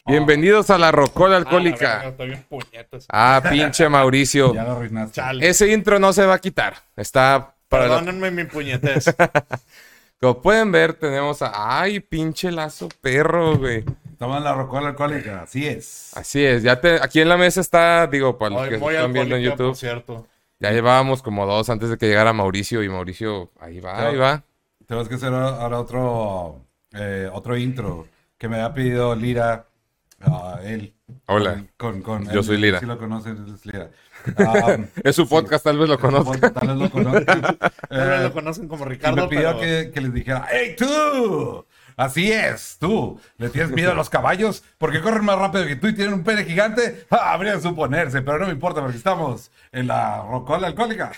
Bienvenidos a la Rocola Alcohólica. Estoy bien puñetas. Pinche Mauricio. Ya lo arruinaste. Chale. Ese intro no se va a quitar. Está para Perdónenme mi puñetez. Como pueden ver, tenemos a... ¡Ay, pinche lazo perro, güey! Estamos en la Rocola Alcohólica, así es. Así es. Aquí en la mesa está, digo, para los Hoy que muy están viendo en alcohólica, por YouTube. cierto. Ya llevábamos como 2 antes de que llegara Mauricio. Y Mauricio, ahí va. Tenemos que hacer ahora otro intro que me había pedido Lira. Él. Hola. Yo él, soy Lira. Si lo conocen, es Lira. Es su podcast, tal vez lo conozca. Tal vez lo conozcan. Tal vez lo conocen como Y Ricardo, me pidió pero... que les dijera, ¡Hey, tú! Así es, tú. ¿Le tienes miedo a los caballos? Porque corren más rápido que tú y tienen un pene gigante. Habría de suponerse, pero no me importa porque estamos en la Rocola Alcohólica.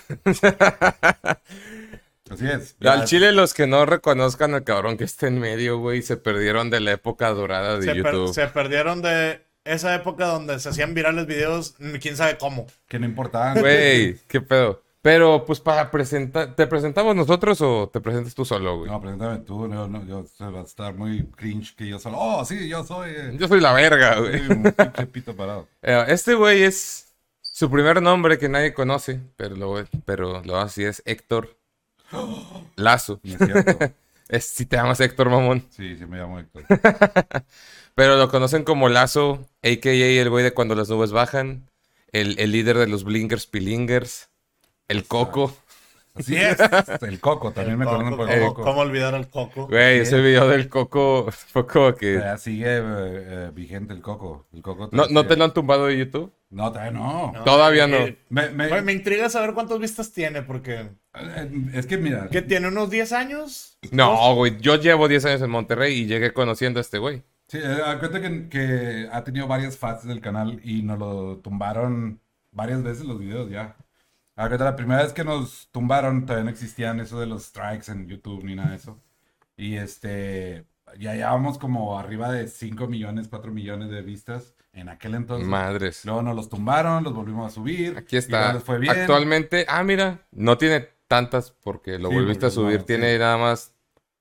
Así es. Al chile, los que no reconozcan al cabrón que está en medio, güey, se perdieron de la época dorada de YouTube. Se perdieron de esa época donde se hacían virales videos, quién sabe cómo. Que no importaban. Güey, qué pedo. Pero, pues, para presentar... ¿Te presentamos nosotros o te presentas tú solo, güey? No, preséntame tú. Yo se va a estar muy cringe que yo solo. Oh, sí, yo soy. Yo soy la verga, Soy güey. un pinche pito parado. Este güey es su primer nombre que nadie conoce, pero así es Héctor Lazo. No es cierto. Si te llamas Héctor, mamón. Sí, me llamo Héctor. Pero lo conocen como Lazo, a.k.a. el güey de cuando las nubes bajan, el líder de los Blinkers Pilingers, el Coco. Así es. El Coco, también me conocen por el Coco. ¿Cómo olvidar al Coco? Güey, ese video del Coco fue como que... Todavía sigue vigente el Coco. ¿No todavía te lo han tumbado de YouTube? No, todavía no. No, Todavía no. Güey, me intriga saber cuántas vistas tiene, porque... Es que mira. ¿Qué tiene? ¿Unos 10 años? No, güey, yo llevo 10 años en Monterrey y llegué conociendo a este güey. Sí, cuenta que ha tenido varias fases del canal y nos lo tumbaron varias veces los videos ya. Cuenta, la primera vez que nos tumbaron todavía no existían eso de los strikes en YouTube ni nada de eso. Y ya llevábamos como arriba de 5 millones, 4 millones de vistas en aquel entonces. Madres. Luego nos los tumbaron, los volvimos a subir. Aquí está. Igual les fue bien. Actualmente, mira, no tiene tantas porque lo Sí, volviste a porque subir. no, Tiene sí. nada más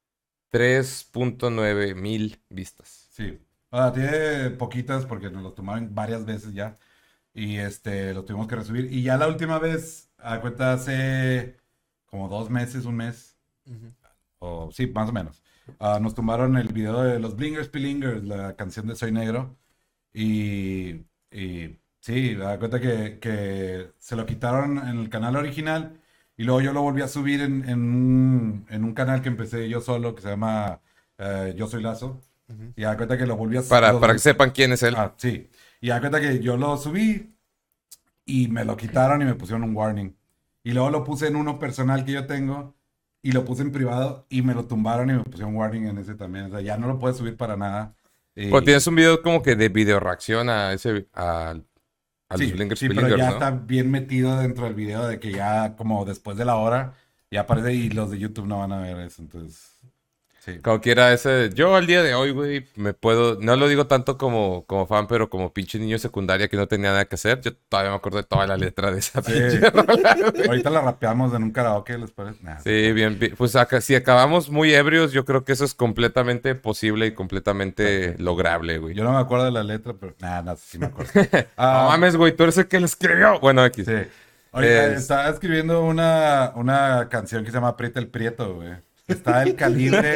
3.9 mil vistas. Sí. Tiene poquitas porque nos los tumbaron varias veces ya. Y lo tuvimos que resubir. Y ya la última vez, cuenta hace como 2 meses, un mes. O sí, más o menos. Nos tumbaron el video de los Blingers Pilingers, la canción de Soy Negro. Y sí, da cuenta que se lo quitaron en el canal original. Y luego yo lo volví a subir en un canal que empecé yo solo, que se llama Yo Soy Lazo. Y da cuenta que lo volví a subir. Para que sepan quién es él. Sí. Y da cuenta que yo lo subí y me lo quitaron y me pusieron un warning. Y luego lo puse en uno personal que yo tengo y lo puse en privado y me lo tumbaron y me pusieron warning en ese también. O sea, ya no lo puedes subir para nada. Pues tienes un video como que de video reacción a sí, los Blinkers sí, pero Pilingers, ya ¿no? está bien metido dentro del video de que ya como después de la hora ya aparece y los de YouTube no van a ver eso. Entonces, sí. Como quiera ese... Yo al día de hoy, güey, no lo digo tanto como fan, pero como pinche niño secundaria que no tenía nada que hacer. Yo todavía me acuerdo de toda la letra de esa Sí. pinche rola, güey. Ahorita la rapeamos en un karaoke, ¿les parece? Nah, Sí, bien. Pues si acabamos muy ebrios, yo creo que eso es completamente posible y completamente lograble, güey. Yo no me acuerdo de la letra, pero nada, sí me acuerdo. No mames, güey, tú eres el que lo escribió. Bueno, aquí. Sí. Oye, estaba escribiendo una canción que se llama Aprieta el Prieto, güey. Está el calibre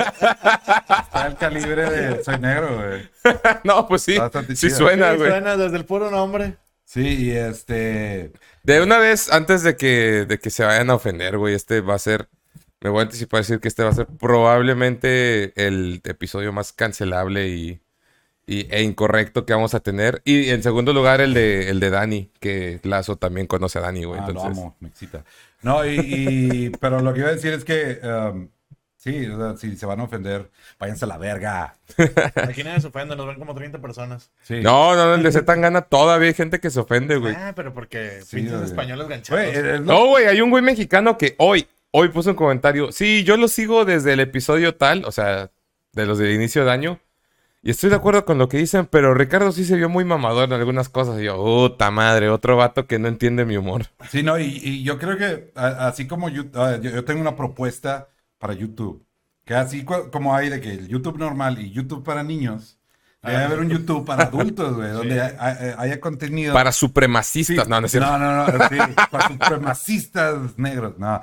de Soy Negro, güey. No, pues sí. Está bastante Sí chida. suena, Sí, güey. suena desde el puro nombre. Sí, y De una vez, antes de que se vayan a ofender, güey, me voy a anticipar a decir que este va a ser probablemente el episodio más cancelable e incorrecto que vamos a tener. Y en segundo lugar, el de Dani, que Lazo también conoce a Dani, güey. lo Entonces, amo, me excita. No, pero lo que iba a decir es que, sí, o sea, si se van a ofender, váyanse a la verga. Aquí nadie se ofende, nos ven como 30 personas. Sí. no, el de Zetangana todavía hay gente que se ofende, güey. Pero porque Sí, pinches güey. españoles ganchados. Güey, es lo- No, güey, hay un güey mexicano que hoy puso un comentario. Sí, yo lo sigo desde el episodio tal, o sea, de los del inicio de año. Y estoy de acuerdo con lo que dicen, pero Ricardo sí se vio muy mamador en algunas cosas. Y yo, puta madre, otro vato que no entiende mi humor. Sí, no, y yo creo que así como yo tengo una propuesta para YouTube, que así como hay de que el YouTube normal y YouTube para niños, Debe haber un YouTube para adultos, güey, donde haya contenido. Para supremacistas. Sí. No, no es cierto. No, sí, para supremacistas negros, no.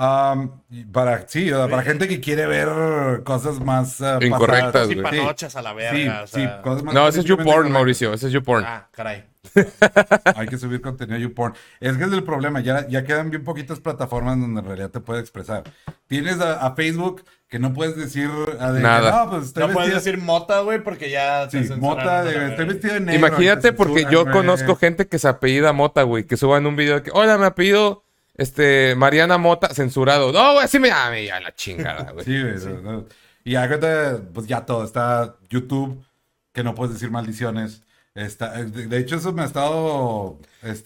Para gente que quiere ver cosas más Incorrectas, pasadas. güey. Y panochas a la verga. Sí, cosas más No, ese es políticamente YouPorn, correctas. Mauricio. Ese es YouPorn. Ah, caray. Hay que subir contenido a YouPorn. Es que es el problema, ya quedan bien poquitas plataformas donde en realidad te puedes expresar. Tienes a Facebook que no puedes decir Nada. no, pues estoy No puedes vestido. decir mota, güey, porque ya te Sí, censuraron mota, a la estoy verga. vestido de negro. Imagínate, y te porque yo censuran, conozco güey. gente que se apellida Mota, güey, que suban un video de que, hola, me apellido, Mariana Mota, censurado. No, güey, así me llame, ya la chingada, güey. Sí, güey. No. Y ahorita, pues ya todo. Está YouTube, que no puedes decir maldiciones. De hecho, eso me ha estado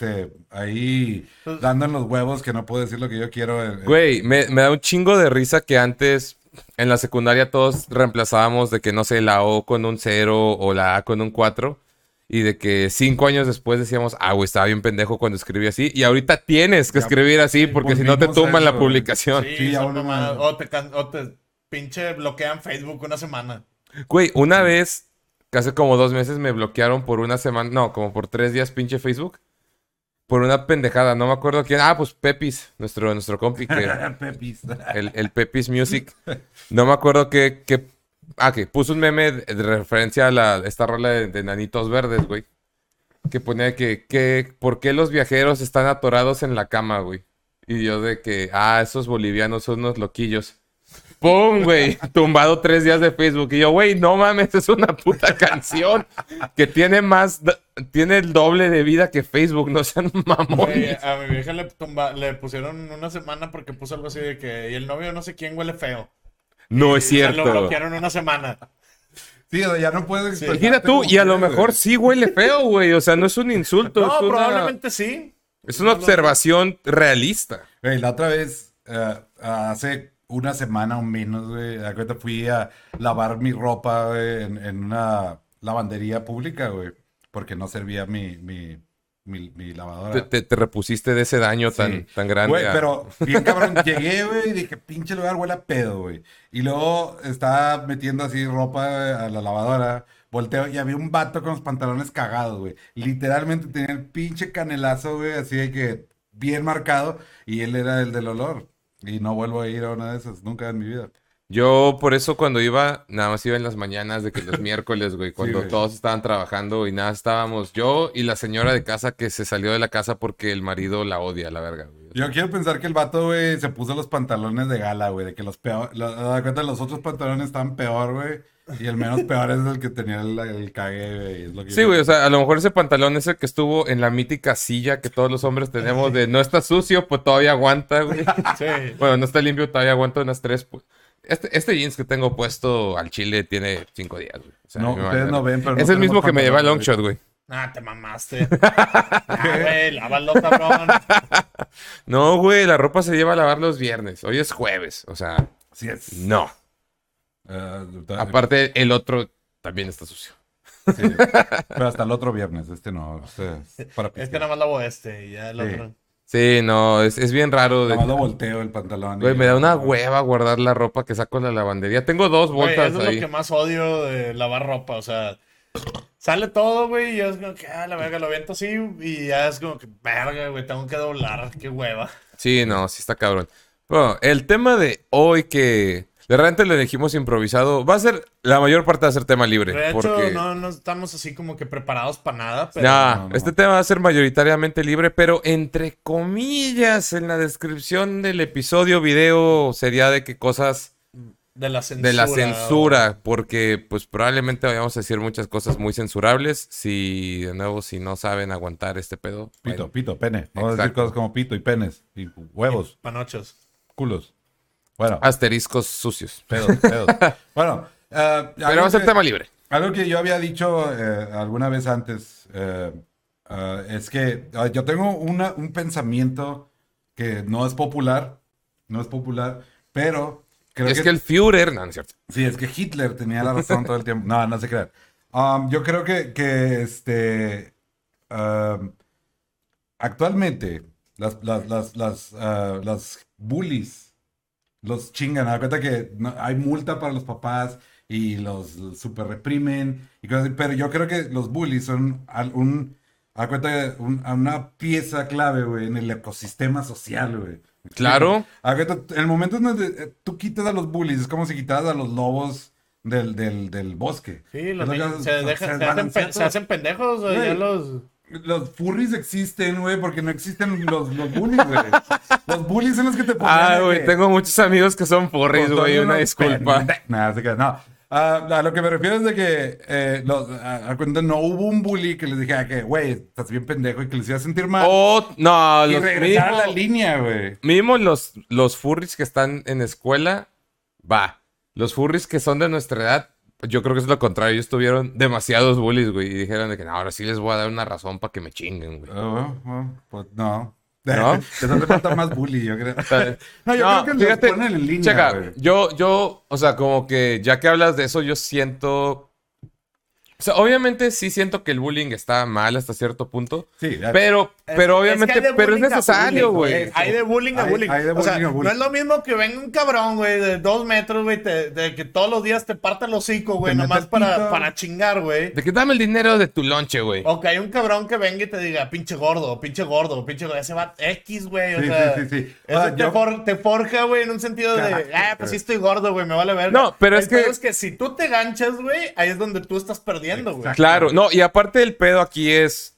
ahí Pues- dando en los huevos que no puedo decir lo que yo quiero. Güey, me da un chingo de risa que antes en la secundaria todos reemplazábamos de que, no sé, la O con un 0 o la A con un 4. Y de que 5 años después decíamos, güey, estaba bien pendejo cuando escribí así. Y ahorita tienes que Ya, escribir así porque si no te volvimos a tumban la eso, publicación. Sí, Sí, ya son volvemos mamadas. a- O te pinche bloquean Facebook una semana. Güey, una vez, que hace como 2 meses, me bloquearon por una semana, no, como por 3 días pinche Facebook. Por una pendejada, no me acuerdo quién. Pues Pepis, nuestro compi, que Pepis. el Pepis Music. No me acuerdo que puso un meme de referencia a esta rola de Nanitos Verdes, güey. Que ponía que ¿por qué los viajeros están atorados en la cama, güey? Y yo de que, esos bolivianos son unos loquillos. ¡Pum, güey! Tumbado 3 días de Facebook. Y yo, güey, no mames, es una puta canción que tiene tiene el doble de vida que Facebook, no sean Güey, mamones. a mi vieja le pusieron una semana porque puso algo así de que y el novio no sé quién huele feo. No es Y se lo cierto. bloquearon una semana. Sí, o sea, ya no puedes expresarte Imagina tú, como y a lo quieres, mejor güey. sí huele feo, güey. O sea, no es un insulto, No, es probablemente sí. una observación realista. Güey, la otra vez, hace una semana o menos, güey, ahorita fui a lavar mi ropa, güey, en una lavandería pública, güey, porque no servía mi lavadora. Te repusiste de ese daño Sí. tan grande. Güey, pero bien cabrón, llegué, güey, y dije, pinche lugar huele a pedo, güey. Y luego estaba metiendo así ropa a la lavadora, volteo y había un vato con los pantalones cagados, güey. Literalmente tenía el pinche canelazo, güey, así de que bien marcado, y él era el del olor. Y no vuelvo a ir a una de esas, nunca en mi vida. Yo por eso cuando iba, nada más iba en las mañanas de que los miércoles, güey, cuando güey. todos estaban trabajando y nada, estábamos yo y la señora de casa que se salió de la casa porque el marido la odia, la verga, güey. Yo quiero pensar que el vato, güey, se puso los pantalones de gala, güey, de que los cuenta, los otros pantalones estaban peor, güey, y el menos peor es el que tenía el cague, güey. Es lo que Sí, yo- güey, o sea, a lo mejor ese pantalón es el que estuvo en la mítica silla que todos los hombres tenemos de no está sucio, pues todavía aguanta, güey. Sí. Bueno, no está limpio, todavía aguanta unas 3. Este jeans que tengo puesto al chile tiene 5 días, güey. O sea, No, me ustedes vale no verga. ven, pero no Es el mismo tenemos que me lleva a pantalones, Longshot, güey. Te mamaste. Güey, lávalo, cabrón. No, güey, la ropa se lleva a lavar los viernes. Hoy es jueves, o sea, Sí es. no. Ta- Aparte, el otro también está sucio. sí, pero hasta el otro viernes, no, es para Este nada más lavo y ya el Sí. otro. Sí, no, es bien raro. Nada más lo volteo el pantalón. Güey, me da una hueva guardar la ropa que saco en la lavandería. Tengo 2 Güey, bolsas eso es ahí. lo que más odio de lavar ropa, o sea, sale todo, güey, y yo es como que, la verga, lo aviento así, y ya es como que, verga, güey, tengo que doblar, qué hueva. Sí, no, sí está cabrón. Bueno, el tema de hoy que de repente le dijimos improvisado, va a ser, la mayor parte va a ser tema libre. De hecho, porque... no estamos así como que preparados para nada, pero... Nah, no. este tema va a ser mayoritariamente libre, pero entre comillas, en la descripción del episodio video sería de que cosas De la censura. de la censura, porque pues probablemente vayamos a decir muchas cosas muy censurables. Si, de nuevo, si no saben aguantar este pedo. Pito, bueno. pito, pene. Vamos a decir Exacto. cosas como pito y penes. Y huevos, Panochos. culos. Bueno, Asteriscos sucios. pedos. Bueno, Pero va a ser tema libre. algo que yo había dicho alguna vez antes es que yo tengo un pensamiento que no es popular, pero creo Es que el Führer, no es cierto. sí, es que Hitler tenía la razón todo el tiempo. No se crean. Yo creo que actualmente las bullies los chingan. A cuenta que hay multa para los papás y los super reprimen. Y cosas así. Pero yo creo que los bullies son una pieza clave, güey, en el ecosistema social, güey. Claro. En el momento en donde tú quitas a los bullies, es como si quitaras a los lobos del bosque. Sí, los Es lo niños que- se hacen pendejos, güey, Güey. ya los... Los furries existen, güey, porque no existen los bullies, güey. Los bullies son los que te ponen. Ah, güey, tengo muchos amigos que son furries, güey, una disculpa. Nada, se queda. No. A lo que me refiero es de que a cuenta no hubo un bully que les dijera que, güey, estás bien pendejo y que les iba a sentir mal. No, y los regresar a la mismos, línea, güey. mínimo los furries que están en escuela, va. Los furries que son de nuestra edad, yo creo que es lo contrario. Ellos tuvieron demasiados bullies, güey, y dijeron de que no, ahora sí les voy a dar una razón para que me chinguen, güey. Pues no. ¿No? Les hace falta más bully, yo creo. No, yo No, creo que fíjate, los ponen en línea, checa, güey. yo, o sea, como que ya que hablas de eso, yo siento... O sea, obviamente sí siento que el bullying está mal hasta cierto punto, Sí, pero obviamente, que hay de pero es bullying a necesario, bullying, güey. Hay de bullying a Hay- bullying. hay de O sea, bullying a bullying. no es lo mismo que venga un cabrón, güey, de 2 metros, güey, de que todos los días te parta el hocico, güey, Te nomás mete el pito. para chingar, güey. De que dame el dinero de tu lonche, güey. O que hay un cabrón que venga y te diga, pinche gordo, pinche gordo, pinche gordo. Ese va X, güey. O Sí, sea, sí, sí, sí. eso Yo- te forja, güey, en un sentido de, Carácter, pues sí estoy gordo, güey, me vale ver. No, pero es que- es que si tú te ganchas, güey, ahí es donde tú estás perdiendo, güey. Exacto. Claro, no, y aparte el pedo aquí es,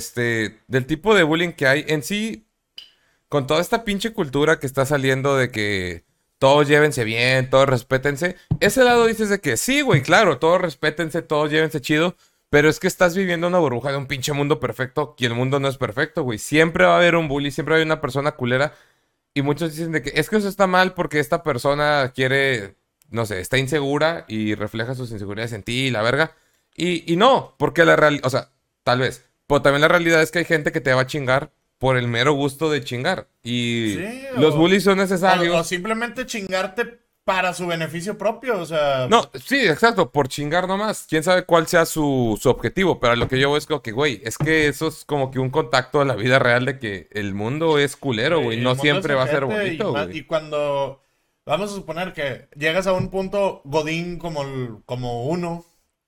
del tipo de bullying que hay en sí, con toda esta pinche cultura que está saliendo de que todos llévense bien, todos respétense. Ese lado dices de que sí, güey, claro, todos respétense, todos llévense chido, pero es que estás viviendo una burbuja de un pinche mundo perfecto y el mundo no es perfecto, güey. Siempre va a haber un bully, siempre va a haber una persona culera y muchos dicen de que es que eso está mal porque esta persona quiere, no sé, está insegura y refleja sus inseguridades en ti y la verga. Y no, porque la realidad, o sea, tal vez, pero también la realidad es que hay gente que te va a chingar por el mero gusto de chingar. Y Sí, los bullies son O necesarios. simplemente chingarte para su beneficio propio, o sea. No, sí, exacto, por chingar nomás. Quién sabe cuál sea su objetivo, pero a lo que yo veo es como que, güey, es que eso es como que un contacto a la vida real de que el mundo es culero, güey. el No mundo siempre es va a ser ojete bonito, y güey. cuando, vamos a suponer que llegas a un punto godín como uno,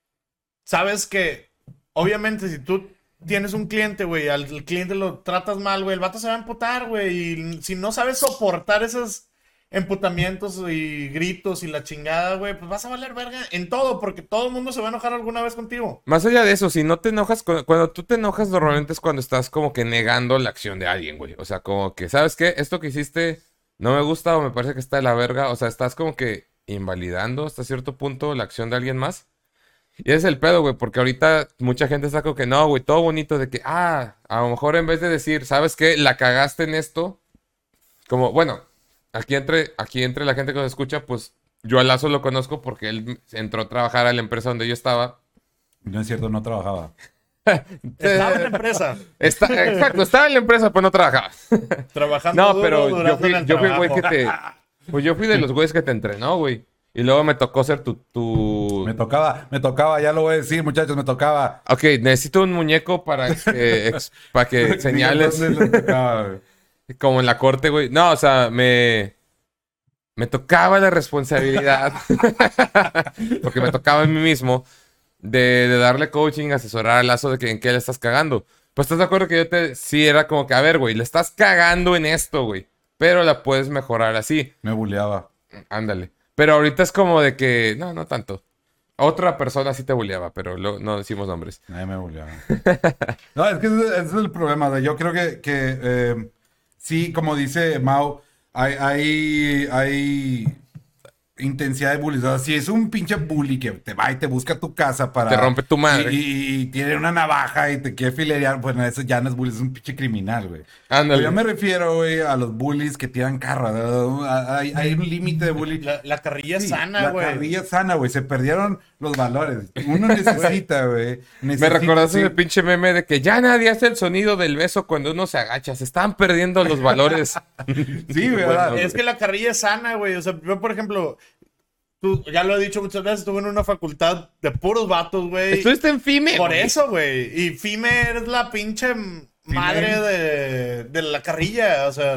sabes que, obviamente, si tú tienes un cliente, güey, al cliente lo tratas mal, güey, el vato se va a emputar, güey, y si no sabes soportar esos emputamientos y gritos y la chingada, güey, pues vas a valer verga en todo, porque todo el mundo se va a enojar alguna vez contigo. Más allá de eso, si no te enojas, cuando tú te enojas normalmente es cuando estás como que negando la acción de alguien, güey. O sea, como que, ¿sabes qué? Esto que hiciste no me gusta o me parece que está de la verga. O sea, estás como que invalidando hasta cierto punto la acción de alguien más. Y ese es el pedo, güey, porque ahorita mucha gente está como que no, güey, todo bonito de que, a lo mejor en vez de decir, ¿sabes qué? La cagaste en esto. Como, bueno, aquí entre la gente que nos escucha, pues yo a Lazo lo conozco porque él entró a trabajar a la empresa donde yo estaba. No es cierto, no trabajaba. Estaba en la empresa, Exacto, estaba en la empresa, pues no trabajaba. trabajando No, duro, pero durando en el yo fui güey trabajo. Pues yo fui de los güeyes que te entrenó, güey. Y luego me tocó ser Me tocaba, ya lo voy a decir, muchachos, me tocaba. Ok, necesito un muñeco para para que señales ¿Dónde les tocaba, güey? como en la corte, güey. No, o sea, me tocaba la responsabilidad, porque me tocaba a mí mismo, de darle coaching, asesorar al Lazo de que en qué le estás cagando. Pues estás de acuerdo que sí era como que, a ver, güey, le estás cagando en esto, güey. Pero la puedes mejorar así. Me buleaba. Ándale. Pero ahorita es como de que, no tanto. Otra persona sí te bulleaba, pero no decimos nombres. Nadie me buleaba. No, es que ese es el problema. Yo creo que sí, como dice Mau, hay intensidad de bullying. O sea, si es un pinche bully que te va y te busca a tu casa para... Te rompe tu madre. Y tiene una navaja y te quiere filerear, bueno, eso ya no es bullying, es un pinche criminal, güey. Ándale. Pero yo me refiero, güey, a los bullies que tiran carro. Hay un límite de bullying. La carrilla es Sí, sana, güey. La carrilla es sana, güey. Se perdieron los valores. Uno necesita, güey. Me recordaste sí. ese pinche meme de que ya nadie hace el sonido del beso cuando uno se agacha. Se están perdiendo los valores. Sí, ¿verdad? Es que la carrilla es sana, güey. O sea, yo, por ejemplo, ya lo he dicho muchas veces, estuve en una facultad de puros vatos, güey. Estuviste en FIME. Por güey. eso, güey. Y FIME es la pinche madre de la carrilla. O sea,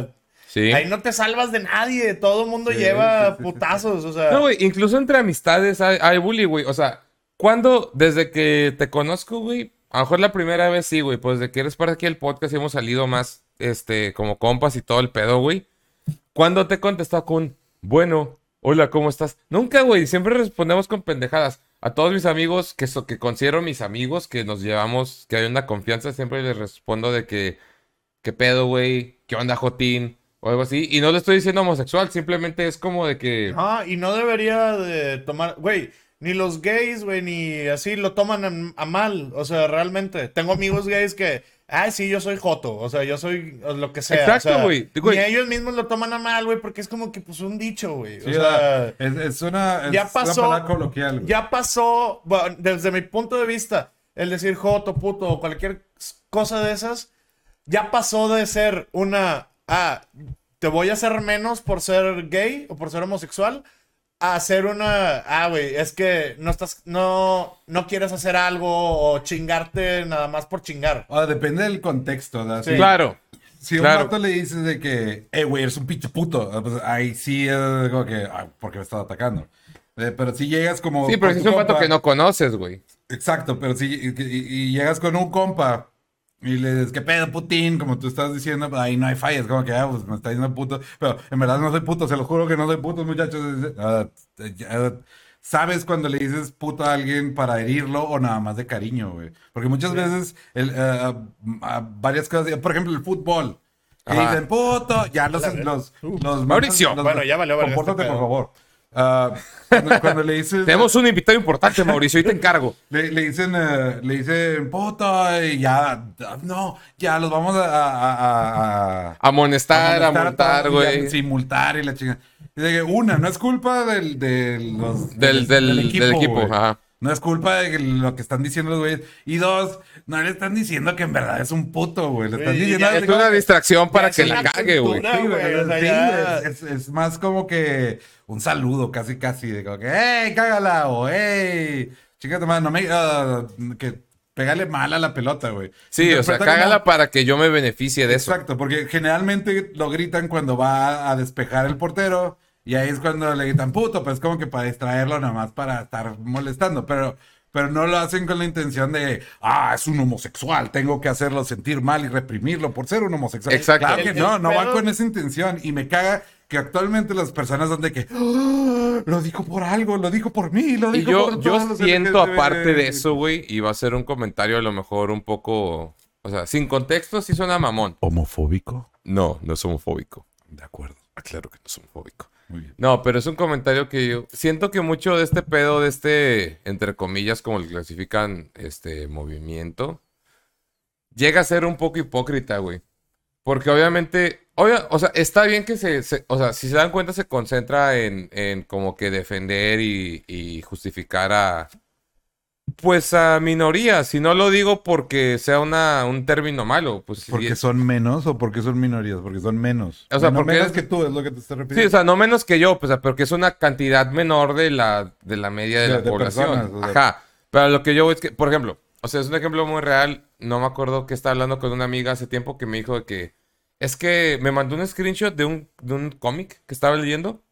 Sí. Ahí no te salvas de nadie. Todo el mundo Sí, lleva sí. putazos, o sea. No, güey, incluso entre amistades hay bullying, güey. O sea, desde que te conozco, güey, a lo mejor la primera vez sí, güey, pues de que eres parte aquí del podcast y hemos salido más, como compas y todo el pedo, güey. ¿Cuándo te he contestado con, bueno, hola, ¿cómo estás? Nunca, güey, siempre respondemos con pendejadas. A todos mis amigos que considero mis amigos, que nos llevamos, que hay una confianza, siempre les respondo de que, ¿qué pedo, güey? ¿Qué onda, Jotín? O algo así. Y no le estoy diciendo homosexual, simplemente es como de que... No, y no debería de tomar, güey, ni los gays, güey, ni así lo toman a mal, o sea, realmente. Tengo amigos gays que, ay, sí, yo soy joto, o sea, yo soy lo que sea. Exacto, o sea, güey. Ni ellos mismos lo toman a mal, güey, porque es como que, pues, un dicho, güey. Sí, o sea, es una ya pasó, palabra coloquial, güey. ya pasó, bueno, desde mi punto de vista, el decir joto, puto o cualquier cosa de esas, ya pasó de ser te voy a hacer menos por ser gay o por ser homosexual, a hacer güey, es que no quieres hacer algo o chingarte nada más por chingar. Depende del contexto, ¿verdad? Sí. Claro. Si a un Claro. vato le dices de que, güey, eres un pinche puto, pues ahí sí es como que, porque me estás atacando. Pero si llegas como... Sí, pero con si es tu un vato compa- que no conoces, güey. Exacto, pero si y llegas con un compa y le dices, ¿qué pedo, Putin? Como tú estás diciendo, pues ahí no hay fallas, como que, pues me está diciendo puto. Pero en verdad no soy puto, se lo juro que no soy puto, muchachos. ¿Sabes cuando le dices puto a alguien para herirlo o nada más de cariño, güey? Porque muchas veces varias cosas, por ejemplo, el fútbol. Que Ajá. dicen puto, ya los Mauricio. Bueno, ya valió verga compórtate, este por pedo. favor. Cuando le dices... Tenemos un invitado importante, Mauricio, y te encargo. Le dicen puto y ya, no, ya los vamos a Amonestar, a multar, todos, y ya, güey. sí, multar y la chingada. Dice que no es culpa del Del equipo, güey. ajá. No es culpa de lo que están diciendo los güeyes. Y dos, no le están diciendo que en verdad es un puto, güey. Le están Sí, diciendo... ya Es una distracción para es que una la cague, güey. cultura, Sí, güey, o sea, sí, ya- es más como que un saludo, casi, de como que, ¡hey, cágala! O ¡hey, chícate más! No me... que pégale mal a la pelota, güey. Sí, o sea, Interpreta como- cágala para que yo me beneficie de eso. Exacto, porque generalmente lo gritan cuando va a despejar el portero y ahí es cuando le gritan puto, pues como que para distraerlo nada más para estar molestando, pero no lo hacen con la intención de, es un homosexual, tengo que hacerlo sentir mal y reprimirlo por ser un homosexual. Exacto. Claro que no va pedo- con esa intención y me caga que actualmente las personas son de que, lo dijo por algo, lo dijo por mí, lo Y dijo por yo todos los siento, LGTB. aparte de eso, güey, y va a ser un comentario a lo mejor un poco... O sea, sin contexto sí suena mamón. ¿Homofóbico? No, no es homofóbico. De acuerdo. Claro que no es homofóbico. Muy bien. No, pero es un comentario que yo siento que mucho de este pedo, entre comillas, como le clasifican, movimiento, llega a ser un poco hipócrita, güey. Porque obviamente, o sea, está bien que o sea, si se dan cuenta se concentra en como que defender y justificar pues a minorías. Y no lo digo porque sea un término malo, pues sí, ¿Porque son menos o porque son minorías? Porque son menos. O sea, No porque menos es- que tú, es lo que te estoy sí, refiriendo. o sea, no menos que yo, pues, porque es una cantidad menor de la media de la De población. personas, o sea. Ajá. Pero lo que yo voy es que, por ejemplo, o sea, es un ejemplo muy real. No me acuerdo que estaba hablando con una amiga hace tiempo que me dijo de que es que me mandó un screenshot de un cómic que estaba leyendo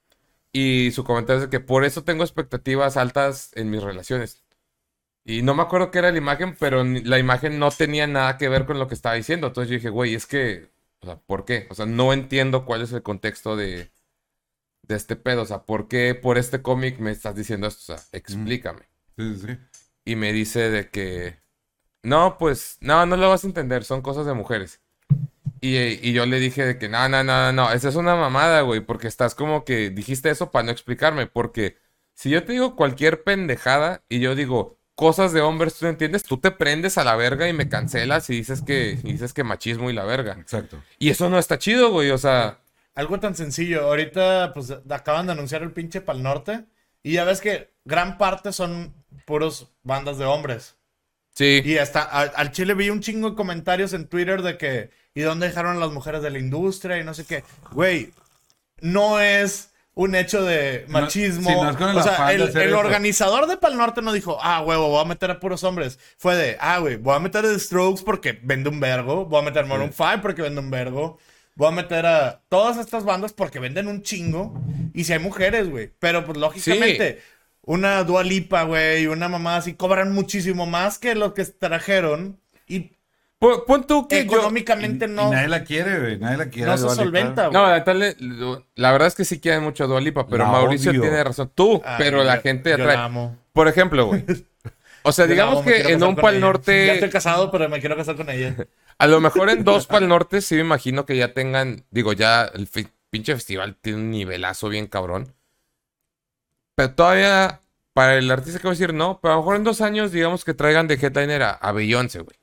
y su comentario es de que por eso tengo expectativas altas en mis relaciones. Y no me acuerdo qué era la imagen, pero la imagen no tenía nada que ver con lo que estaba diciendo. Entonces yo dije, güey, es que, o sea, ¿por qué? O sea, no entiendo cuál es el contexto de este pedo. O sea, ¿por qué por este cómic me estás diciendo esto? O sea, explícame. Sí, sí, sí. Y me dice de que, no, pues, no lo vas a entender, son cosas de mujeres. Y yo le dije de que, no, esa es una mamada, güey, porque estás como que dijiste eso para no explicarme. Porque si yo te digo cualquier pendejada y yo digo cosas de hombres, tú no entiendes, tú te prendes a la verga y me cancelas y dices que machismo y la verga. Exacto. Y eso no está chido, güey, o sea, Algo tan sencillo. Ahorita, pues, acaban de anunciar el pinche Pal Norte. Y ya ves que gran parte son puros bandas de hombres. sí. Y hasta al chile vi un chingo de comentarios en Twitter de que, ¿y dónde dejaron a las mujeres de la industria? Y no sé qué. Güey, no es un hecho de machismo. sí, no es con el o sea, afán de el hacer eso. organizador de Pal Norte no dijo, huevo, voy a meter a puros hombres. Fue de, güey, voy a meter a The Strokes porque vende un vergo. Voy a meter a Maroon 5 porque vende un vergo. voy a meter a todas estas bandas porque venden un chingo. Y si hay mujeres, güey. Pero pues lógicamente, una Dua Lipa, güey, una mamá así cobran muchísimo más que lo que trajeron. Y Pon tú que económicamente Y no, nadie la quiere, güey. Nadie la quiere. no se Dua Lipa. solventa, güey. No, la verdad es que sí quieren mucho a Dua Lipa, pero La Mauricio odio. tiene razón. Tú, Ay, pero la yo- gente yo atrae. la amo. Por ejemplo, güey. O sea, Yo la digamos amo, me que quiero en casar un con Pal ella. Ya estoy Norte, casado, pero me quiero casar con ella. a lo mejor en dos Pal Norte sí me imagino que ya tengan, digo, ya el pinche festival tiene un nivelazo bien cabrón. Pero todavía, para el artista que voy a decir, no, pero a lo mejor en 2 años, digamos que traigan de headliner a Beyoncé, güey.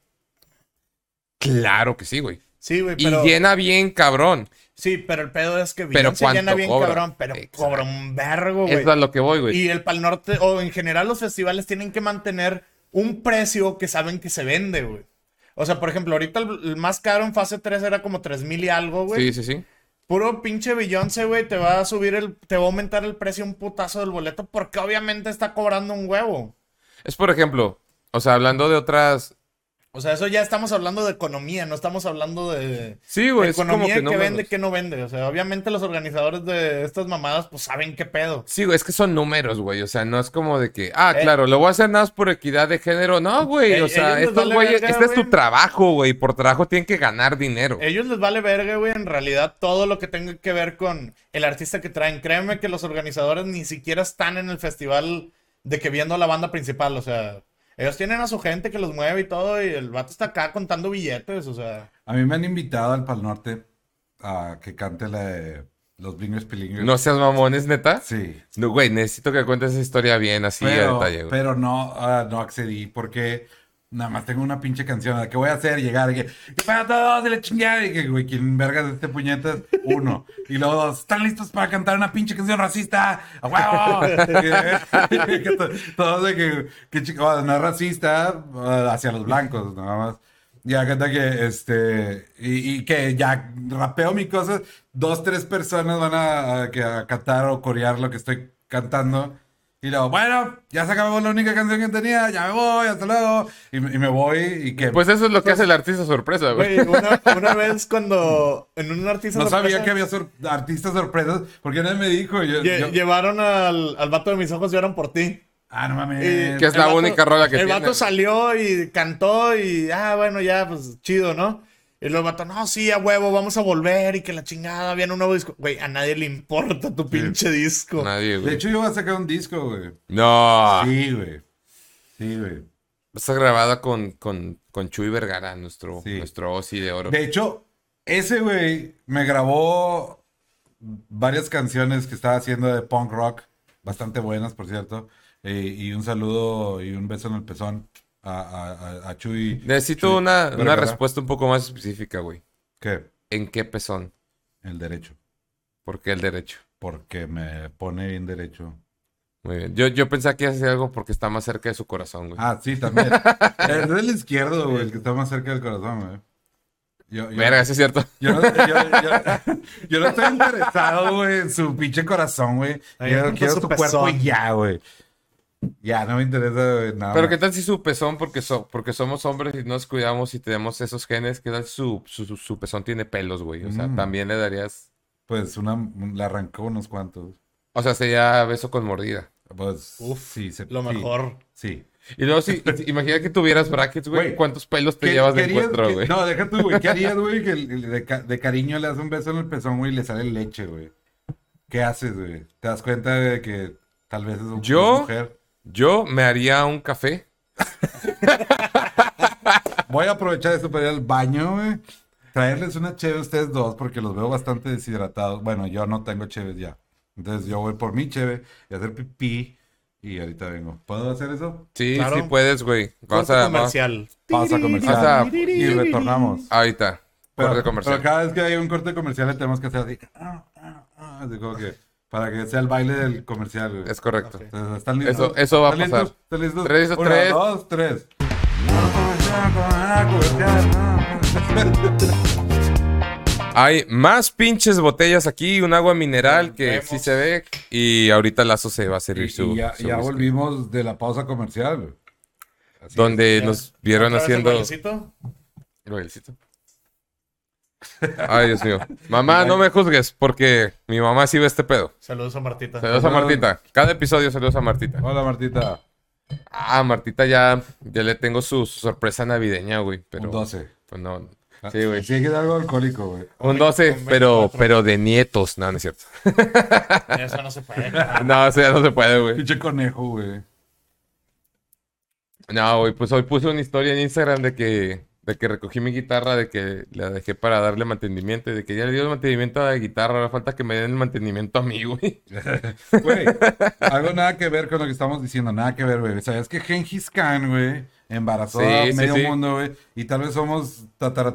Claro que sí, güey. Sí, güey, Y pero... llena bien cabrón. Sí, pero el pedo es que Pero Beyoncé llena ¿cuánto bien cobra? cabrón, pero Exacto. cobra un vergo, güey. Eso es a lo que voy, güey. Y el Pal Norte, o en general los festivales tienen que mantener un precio que saben que se vende, güey. O sea, por ejemplo, ahorita el más caro en fase 3 era como 3,000 y algo, güey. Sí, sí, sí. Puro pinche Beyoncé, güey, te va a subir te va a aumentar el precio un putazo del boleto porque obviamente está cobrando un huevo. Es por ejemplo, o sea, hablando de otras. O sea, eso ya estamos hablando de economía, no estamos hablando de Sí, güey, es como economía que que, no vende, números. que no vende. O sea, obviamente los organizadores de estas mamadas, pues saben qué pedo. Sí, güey, es que son números, güey. O sea, no es como de que, Eh. claro, lo voy a hacer nada más por equidad de género. No, güey. O sea, ellos les estos vale güeyes, verga, este es tu güey. trabajo, güey. Por trabajo tienen que ganar dinero. Ellos les vale verga, güey, en realidad todo lo que tenga que ver con el artista que traen. Créeme que los organizadores ni siquiera están en el festival de que viendo a la banda principal, o sea, ellos tienen a su gente que los mueve y todo y el vato está acá contando billetes, o sea. A mí me han invitado al Pal Norte a que cante la de los Blingers Pilingers. No seas mamones, neta. Sí. No, güey, necesito que cuentes esa historia bien, así a detalle, güey. Pero no, no accedí porque nada más tengo una pinche canción. ¿Qué voy a hacer? Llegar y que para todos de la chingada. Y que, güey, ¿quién vergas de este puñetas? Uno. Y luego dos, ¿están listos para cantar una pinche canción racista? ¡A huevo! Todos de no es racista hacia los blancos, nada más. Ya canta que, y que ya rapeo mi cosa, 2, 3 personas van a cantar o corear lo que estoy cantando. Y luego, bueno, ya se acabó la única canción que tenía, ya me voy, hasta luego. Y me voy y que... Pues eso es lo que hace el artista sorpresa, güey. Güey, una vez cuando en un artista No sabía sorpresa, que había artistas sorpresas, porque nadie me dijo. llevaron al vato de mis ojos, lloran por ti. Ah, no mames. Y Que es la única rola que el tiene. vato salió y cantó y, bueno, ya, pues, chido, ¿no? Y luego el vato, no, sí, a huevo, vamos a volver y que la chingada, viene un nuevo disco. Güey, a nadie le importa tu pinche disco. Nadie, De güey. hecho, yo voy a sacar un disco, güey. No. Sí, güey. Sí, güey. Está grabada con Chuy Vergara, nuestro Sí. Ozzy de oro. De hecho, ese güey me grabó varias canciones que estaba haciendo de punk rock, bastante buenas, por cierto. Y un saludo y un beso en el pezón a Chuy. Necesito Chuy una Vergara. respuesta un poco más específica, güey. ¿Qué? ¿En qué pezón? El derecho. ¿Por qué el derecho? Porque me pone bien derecho. Muy bien. Yo pensé que hacía algo porque está más cerca de su corazón, güey. Ah, sí, también. Es del izquierdo, güey, el que está más cerca del corazón, güey. Verga, sí es cierto. Yo no estoy interesado, güey, en su pinche corazón, güey. Ahí Quiero junto a su su cuerpo pezón. y ya, güey. Ya, no me interesa, güey, nada Pero más. ¿qué tal si su pezón, porque somos hombres y nos cuidamos y tenemos esos genes, qué tal si su pezón tiene pelos, güey? O sea, también le darías... Pues le arrancó unos cuantos. O sea, sería beso con mordida. Pues, Uf, sí, lo sí, mejor. Sí. Y luego, imagina que tuvieras brackets, güey. Güey, ¿Cuántos pelos te ¿Qué- llevas de qué harías encuentro, que- güey? No, deja tú, güey. ¿Qué harías, güey? Que de cariño le das un beso en el pezón, güey, y le sale leche, güey. ¿Qué haces, güey? ¿Te das cuenta de que tal vez es una ¿Yo? mujer? Yo me haría un café. Voy a aprovechar esto para ir al baño, güey. Traerles una cheve a ustedes dos porque los veo bastante deshidratados. Bueno, yo no tengo cheves ya. Entonces yo voy por mi cheve y hacer pipí y ahorita vengo. ¿Puedo hacer eso? Sí, Claro. sí puedes, güey. Corte comercial. Pausa comercial. Vamos a- Y retornamos. Ahorita. Pero, Corte comercial. pero cada vez que hay un corte comercial le tenemos que hacer así. Así como que para que sea el baile del comercial, güey. Es correcto. Entonces, ¿están listos? Eso va a ¿Están pasar. listos? ¿Están listos? 3, 1, 3. 2, 3. Hay más pinches botellas aquí, un agua mineral que Vemos. sí se ve. Y ahorita Lazo se va a servir su. Y ya su ya whisky. volvimos de la pausa comercial, güey. Así Donde Ya. nos vieron ¿Otra vez el haciendo. bailecito? El bailecito. Ay, Dios mío. Mamá, no me juzgues, porque mi mamá sí ve este pedo. Saludos a Martita. Saludos a Martita. Cada episodio saludos a Martita. Hola, Martita. Ah, Martita ya le tengo su sorpresa navideña, güey. Pero, Un 12. Pues no. Sí, güey. Sí, hay que dar algo alcohólico, güey. Un 12, Un pero 24. de nietos. No, no es cierto. Eso no se puede. No, eso ya no se puede, güey. Pinche conejo, güey. No, güey, pues hoy puse una historia en Instagram de que recogí mi guitarra, de que la dejé para darle mantenimiento, y de que ya le dio el mantenimiento a la guitarra, ahora falta que me den el mantenimiento a mí, güey. Güey, algo nada que ver con lo que estamos diciendo, nada que ver, güey. ¿Sabes que Gengis Khan, güey, embarazó Sí, a sí, medio sí. mundo, güey? Y tal vez somos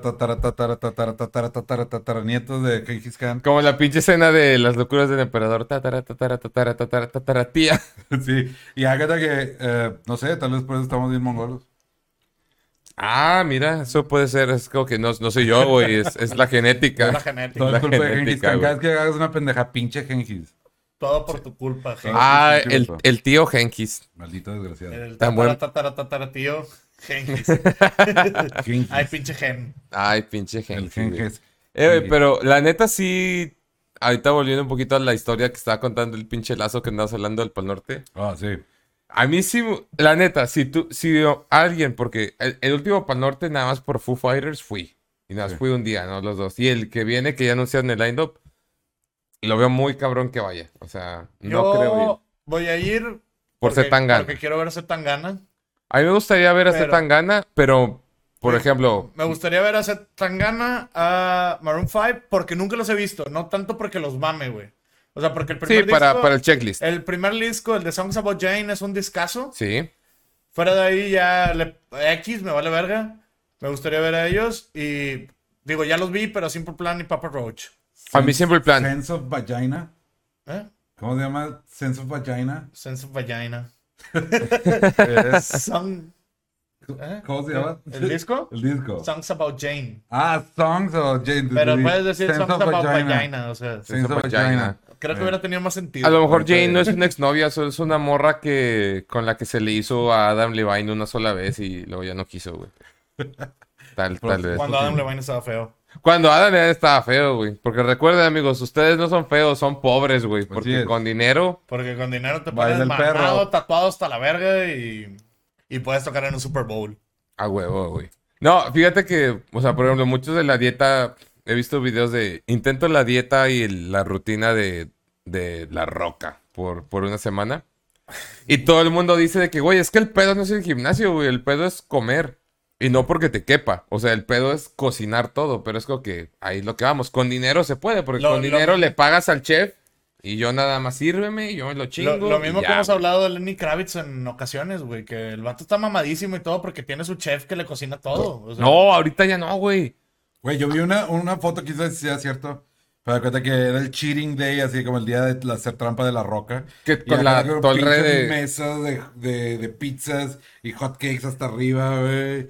tataranietos de Gengis Khan. Como la pinche escena de las locuras del emperador. Tía. Sí, y hágata que, no sé, tal vez por eso estamos bien mongolos. Ah, mira, eso puede ser, es como que no soy yo, güey, es la genética. Es la genética. Todo La es culpa de Gengis genética, Khan. Cada güey. vez que hagas una pendeja, pinche Gengis. Todo por tu culpa, gente. Ah, sí, sí, sí. el tío Genkis. Maldito desgraciado. El tan buen- tatara tío. Gengis. Gengis. Ay, pinche gen. Ay, pinche El Genkis. güey. Gengis. Güey, pero la neta sí, ahorita volviendo un poquito a la historia que estaba contando el pinche Lazo que andabas hablando del Pal Norte. Ah, sí. A mí sí, la neta, si alguien, porque el último Pal Norte nada más por Foo Fighters fui. Y nada más Sí. fui un día, ¿no? Los dos. Y el que viene, que ya anunciaron el line-up, lo veo muy cabrón que vaya. O sea, no creo ir. Yo voy a ir Por porque- Zetangana. Porque quiero ver Zetangana. A mí me gustaría ver a Pero- Zetangana, pero, por ejemplo, Me gustaría ver a Zetangana, a Maroon 5, porque nunca los he visto. No tanto porque los mame, güey. O sea, porque el sí, primer disco... para el checklist. El primer disco, el de Songs About Jane, es un discazo. Sí. Fuera de ahí ya X, me vale verga. Me gustaría ver a ellos. Y digo, ya los vi, pero Simple Plan y Papa Roach. A mí siempre el plan. Sense of Vagina. ¿Eh? ¿Cómo se llama? Sense of Vagina. Sense of Vagina. Es- Song... ¿Eh? ¿Cómo se llama? ¿El disco? El disco. Songs About Jane. Ah, Songs of Jane. Pero Sí, puedes decir Sense Songs of About Vagina. Vagina. O sea, Sense of Vagina. Vagina. creo que hubiera tenido más sentido. A lo mejor ahorita Jane ya. no es una exnovia, solo es una morra con la que se le hizo a Adam Levine una sola vez y luego ya no quiso, güey. Tal vez. Cuando Adam Levine estaba feo. Cuando Adam Levine estaba feo, güey. Porque recuerden, amigos, ustedes no son feos, son pobres, güey. Así Porque es. con dinero... Porque con dinero te Baila pones el perro. mamado, tatuado hasta la verga y puedes tocar en un Super Bowl. A huevo, güey. No, fíjate que, o sea, por ejemplo, muchos de la dieta, he visto videos de, intento la dieta y la rutina de La Roca por una semana. Y todo el mundo dice de que, güey, es que el pedo no es el gimnasio, güey, el pedo es comer. Y no porque te quepa, o sea, el pedo es cocinar todo, pero es como que ahí es lo que vamos. Con dinero se puede, porque Lo- con dinero le pagas al chef y yo nada más sírveme, yo me lo chingo. Lo y mismo ya, que hemos güey. hablado de Lenny Kravitz en ocasiones, güey. Que el vato está mamadísimo y todo porque tiene su chef que le cocina todo. O sea, No, ahorita ya no, güey. Güey, yo vi una foto, quizás sea cierto. Pero da cuenta que era el cheating day, así como el día de hacer trampa de la roca. Que Y con acá la con torre pinches de... mesas de pizzas y hot cakes hasta arriba, güey.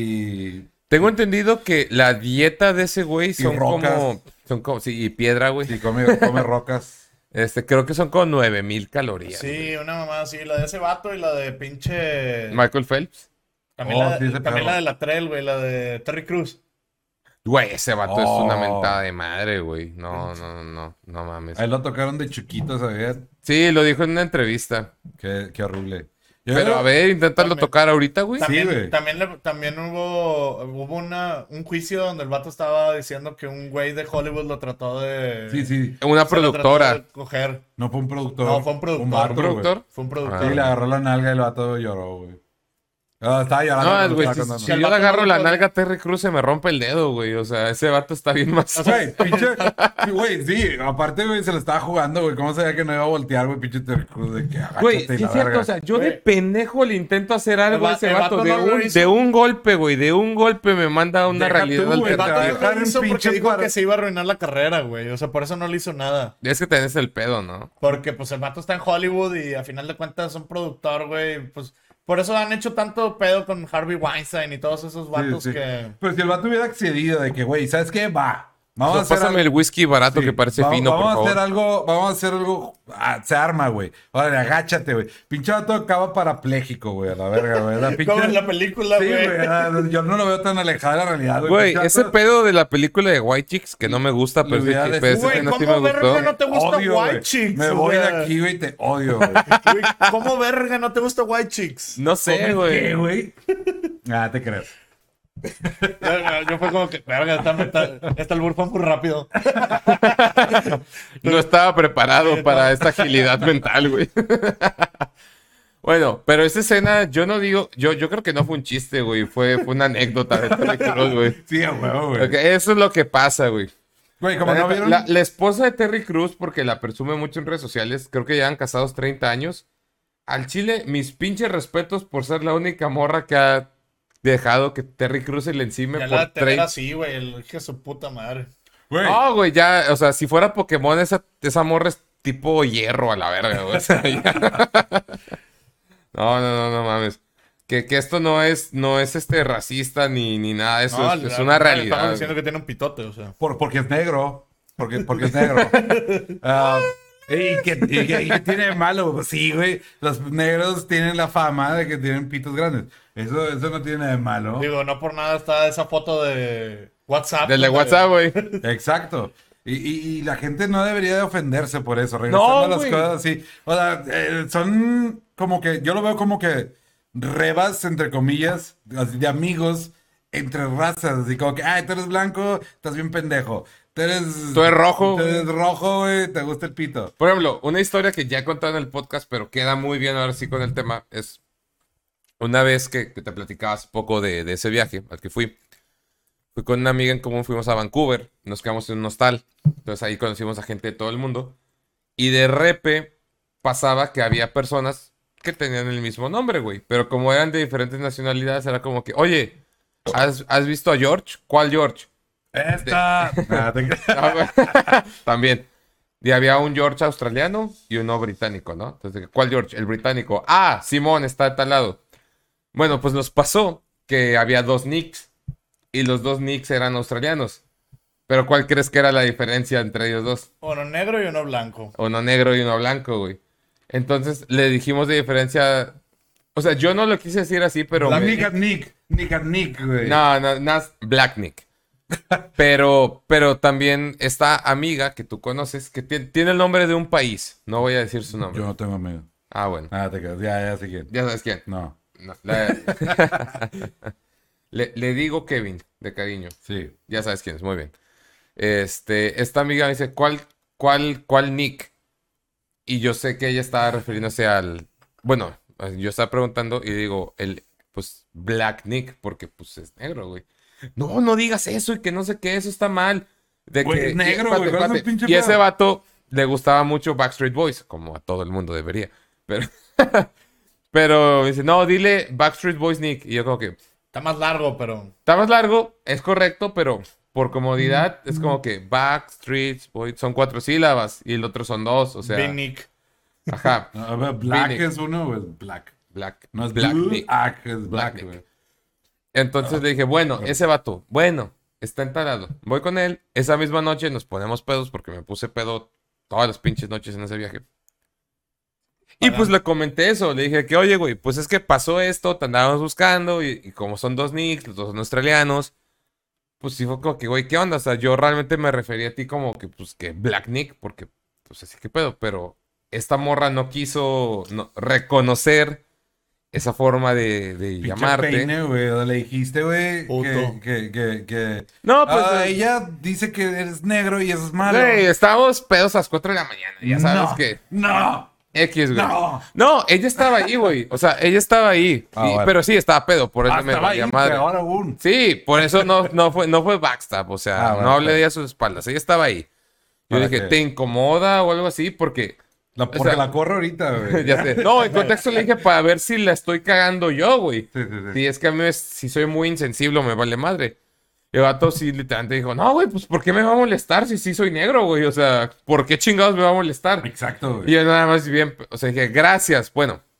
Y Tengo entendido que la dieta de ese güey son rocas. como, sí, y piedra, güey. sí, come rocas. Creo que son como 9000 calorías. sí, una mamá así. La de ese vato y la de pinche. Michael Phelps. También, Oh, la, sí, ese también perro. la de la Trell, güey. La de Terry Crews. Güey, ese vato es una Oh. mentada de madre, güey. No mames. Ahí lo tocaron de chiquito, ¿sabías? Sí, lo dijo en una entrevista. Qué horrible. Yo Pero creo- a ver, inténtalo También- tocar ahorita, güey. Sí, güey. También hubo un juicio donde el vato estaba diciendo que un güey de Hollywood lo trató de. Sí, sí. Una se lo trató productora. de coger. No fue un productor. No, fue un productor. Un vato, ¿Un güey. productor? Fue un Ah. productor. Sí, le agarró la nalga y el vato lloró, güey. Ah, estaba llorando. No, cuando güey, estaba si, contando. si el yo le vato agarro no la lo- nalga a Terry Crews se me rompe el dedo, güey. O sea, ese vato está bien más... Güey, pinche. Güey, sí, aparte, güey, se lo estaba jugando, güey. ¿Cómo sabía que no iba a voltear, güey? Pinche Terry Crews de que Güey, agáchate y sí la es cierto, verga. o sea, yo de Güey. pendejo le intento hacer algo a ese el vato. vato De no lo un, hizo. de un golpe, güey, de un golpe me manda a una Deja realidad tú, güey, El vato te va a no dejar lo en hizo porque pinche dijo cuarto. que se iba a arruinar la carrera, güey. O sea, por eso no le hizo nada. Es que tenés el pedo, ¿no? Porque, pues, el vato está en Hollywood y a final de cuentas es un productor, güey. Pues, por eso han hecho tanto pedo con Harvey Weinstein y todos esos vatos Sí, sí. que... Pero si el vato hubiera accedido de que, güey, ¿sabes qué? Va. Vamos a hacer Pásame el whisky barato Sí, que parece fino, por vamos a favor. hacer algo. Se arma, güey. Órale, agáchate, güey. Pinche vato acaba parapléjico, güey, a la verga, güey. La pinche... Como en la película, Sí, güey. güey. Yo no lo veo tan alejado de la realidad, güey. Güey, Pinche ese vato- pedo de la película de White Chicks, que no me gusta, pero, Le sí, hubiera pero ese Güey, escena sí ¿cómo me verga gustó. no te gusta Odio, White güey. Chicks? Me O voy de sea, aquí, güey, te odio, güey. güey, ¿cómo verga no te gusta White Chicks? No sé, güey. ¿Qué, güey? Ah, te crees. Yo fue como que, verga, esta albur fue muy rápido. No estaba preparado para esta agilidad mental, güey. Bueno, pero esa escena, yo no digo, yo creo que no fue un chiste, güey. Fue una anécdota de Terry Crews, güey. Sí, a huevo, güey. Ok, eso es lo que pasa, güey. Güey, como La no neta, vieron. la esposa de Terry Crews, porque la presume mucho en redes sociales, creo que llevan casados 30 años. Al chile, mis pinches respetos por ser la única morra que ha dejado que Terry Crews se le encime Ya por la tener 30. así, güey, el hijo de su puta madre. Güey. No, güey, ya, o sea, si fuera Pokémon, esa morra es tipo hierro a la verga, güey. O sea, ya. No mames. Que esto no es racista ni nada de eso, No, es una realidad. Estamos diciendo que tiene un pitote, o sea. Porque es negro. Porque es negro. ¿Y qué tiene de malo? Pues sí, güey. Los negros tienen la fama de que tienen pitos grandes. Eso no tiene de malo. Digo, no por nada está esa foto de WhatsApp. Del de donde- WhatsApp, güey. Exacto. Y la gente no debería de ofenderse por eso. Regresando No, a las güey. cosas así. O sea, son como que... Yo lo veo como que rebas, entre comillas, así de amigos entre razas. Así como que, ay, tú eres blanco, estás bien pendejo. Tú eres rojo, Tú eres rojo, güey, te gusta el pito. Por ejemplo, una historia que ya he contado en el podcast, pero queda muy bien ahora sí con el tema, es una vez que te platicaba hace poco de ese viaje al que fui. Fui con una amiga en común, fuimos a Vancouver, nos quedamos en un hostal. Entonces ahí conocimos a gente de todo el mundo. Y de repe pasaba que había personas que tenían el mismo nombre, güey. Pero como eran de diferentes nacionalidades, era como que, oye, ¿has visto a George? ¿Cuál George? Esta... Nah, te creas. Ah, güey. También. Y había un George australiano y uno británico, ¿no? Entonces, ¿cuál George? El británico. Ah, Simón está de tal lado. Bueno, pues nos pasó que había dos Nicks y los dos Nicks eran australianos. Pero ¿cuál crees que era la diferencia entre ellos dos? Uno negro y uno blanco. Uno negro y uno blanco, güey. Entonces le dijimos de diferencia. O sea, yo no lo quise decir así, pero. Nick at Nick. Nick at Nick, güey. No, es Black Nick. Pero también esta amiga que tú conoces, que tiene el nombre de un país. No voy a decir su nombre. Yo no tengo amigo. Ah, bueno. Ah, te creas. Ya sé quién. Ya sabes quién. No. No, le digo Kevin, de cariño. Sí. Ya sabes quién es, muy bien. Esta amiga me dice, ¿cuál Nick? Y yo sé que ella estaba refiriéndose al... Bueno, yo estaba preguntando y digo, pues, Black Nick, porque, pues, es negro, güey. No digas eso y que no sé qué, eso está mal. De Güey, que, es negro, güey, ¿cuál es el pinche Y ese pedo? vato le gustaba mucho Backstreet Boys, como a todo el mundo debería. Pero, pero me dice, no, dile Backstreet Boys Nick. Y yo como que, Está más largo, pero... está más largo, es correcto, pero por comodidad es como que Backstreet Boys son 4 sílabas y el otro son 2, o sea, Big Nick. ajá, A ver, Black Nick. es uno o es Black. Black, No es Black Nick. Black, es Black Black, Nick. güey. Entonces le dije, bueno, ese vato, bueno, está entalado. Voy con él. Esa misma noche nos ponemos pedos porque me puse pedo todas las pinches noches en ese viaje. Y pues le comenté eso. Le dije que, oye, güey, pues es que pasó esto, te andábamos buscando y como son dos Nicks, los dos son australianos, pues sí fue como que, güey, ¿qué onda? O sea, yo realmente me refería a ti como que, pues, que Black Nick, porque, pues así que pedo, pero esta morra no quiso reconocer esa forma de Pinche llamarte. peine, güey. O le dijiste, güey, Puto. que... No, pues. ella dice que eres negro y eso es malo. Güey, estábamos pedos a las 4 de la mañana. Ya sabes No, que. No. X, güey. No. No, ella estaba ahí, güey. O sea, ella estaba ahí. Ah, bueno. Pero sí, estaba pedo. Por eso me Estaba ahí, valía madre. peor aún. Sí, por eso no fue backstab. O sea, Ah, bueno, no hablé pues. de ella a sus espaldas. Ella estaba ahí. Yo ¿Para dije, qué? ¿te incomoda o algo así? Porque. Porque o sea, la corro ahorita, güey. ya sé. No, en contexto le dije para ver si la estoy cagando yo, güey. Sí. Sí, es que a mí si soy muy insensible me vale madre. Y el vato sí literalmente dijo, no, güey, pues ¿por qué me va a molestar si sí soy negro, güey? O sea, ¿por qué chingados me va a molestar? Exacto, Y güey. yo nada más bien, o sea, dije, gracias. Bueno,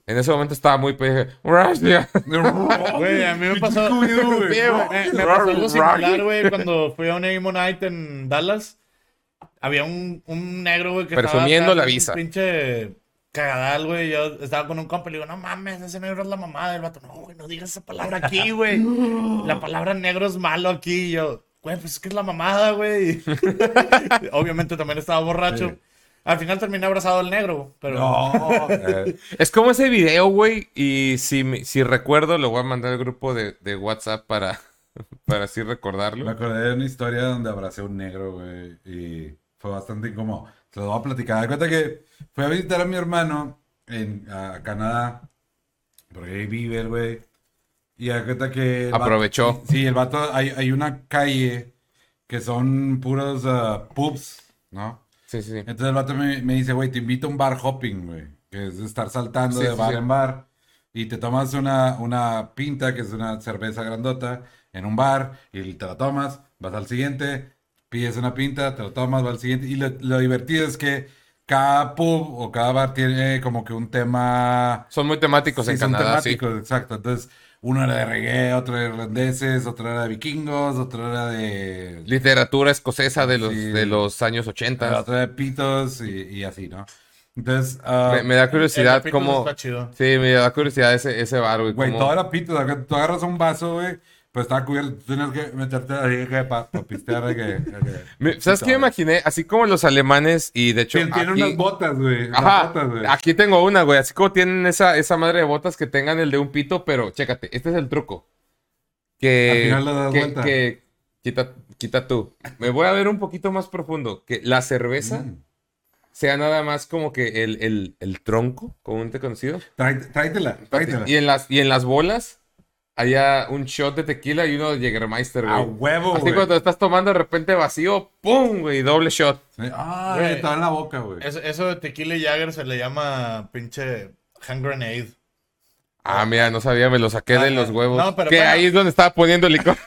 En ese momento estaba muy dije, gracias. Güey, a mí me pasó... Scooby-Doo, güey. Me pasó algo similar, güey, cuando fui a un Emo Night en Dallas. Había un negro, güey, que Presumiendo estaba la acá, visa. un pinche cagadal, güey. Yo estaba con un compa y le digo, no mames, ese negro es la mamada del vato. No, güey, no digas esa palabra aquí, güey. La palabra negro es malo aquí. Y yo, güey, pues es que es la mamada, güey. Obviamente también estaba borracho. Sí. Al final terminé abrazado al negro, pero... No. Es como ese video, güey. Y si recuerdo, lo voy a mandar al grupo de WhatsApp para así Me recordarlo. acordé de una historia donde abracé a un negro, güey, y fue bastante incómodo. Se lo voy a platicar. Da cuenta que fui a visitar a mi hermano a Canadá, porque ahí vive el güey. Y da cuenta que... el vato- Aprovechó. sí, el vato, hay una calle que son puros pubs, ¿no? Sí, sí, sí. Entonces el vato me dice, güey, te invito a un bar hopping, güey, que es estar saltando Sí, de sí, bar sí. en bar. Y te tomas una pinta, que es una cerveza grandota, en un bar, y te la tomas, vas al siguiente, pides una pinta, te lo tomas, vas al siguiente. Y lo divertido es que cada pub o cada bar tiene como que un tema. Son muy temáticos Sí, en son Canadá, sí. temáticos, exacto. Entonces, uno era de reggae, otro de irlandeses, otro era de vikingos, otro era de. Literatura escocesa de Sí. los años 80. Otro de pitos y así, ¿no? Entonces, Me da curiosidad El de Pickles cómo... está chido. Sí, me da curiosidad ese bar, güey. güey, cómo- todo era pitos. Acá tú agarras un vaso, güey, pues estaba cubierto. Tú tienes que meterte ahí para pistear. ¿Sabes qué me imaginé? Así como los alemanes y de hecho Tiene aquí... unas botas, güey. Unas Ajá, botas, güey. aquí tengo una, güey. Así como tienen esa madre de botas que tengan el de un pito, pero chécate, este es el truco. Que, Al final le das vuelta. que quita tú. Me voy a ver un poquito más profundo. Que la cerveza sea nada más como que el tronco, comúnmente conocido. Tráetela. Y en las bolas haya un shot de tequila y uno de Jägermeister, A güey. huevo, Así güey. cuando estás tomando de repente vacío, ¡pum! Güey, doble shot. Sí. Ah, Güey. estaba en la boca, güey. Eso de tequila y Jagger se le llama pinche hand grenade. Ah, mira, no sabía, me lo saqué de los huevos. no, pero que bueno. ahí es donde estaba poniendo el licor.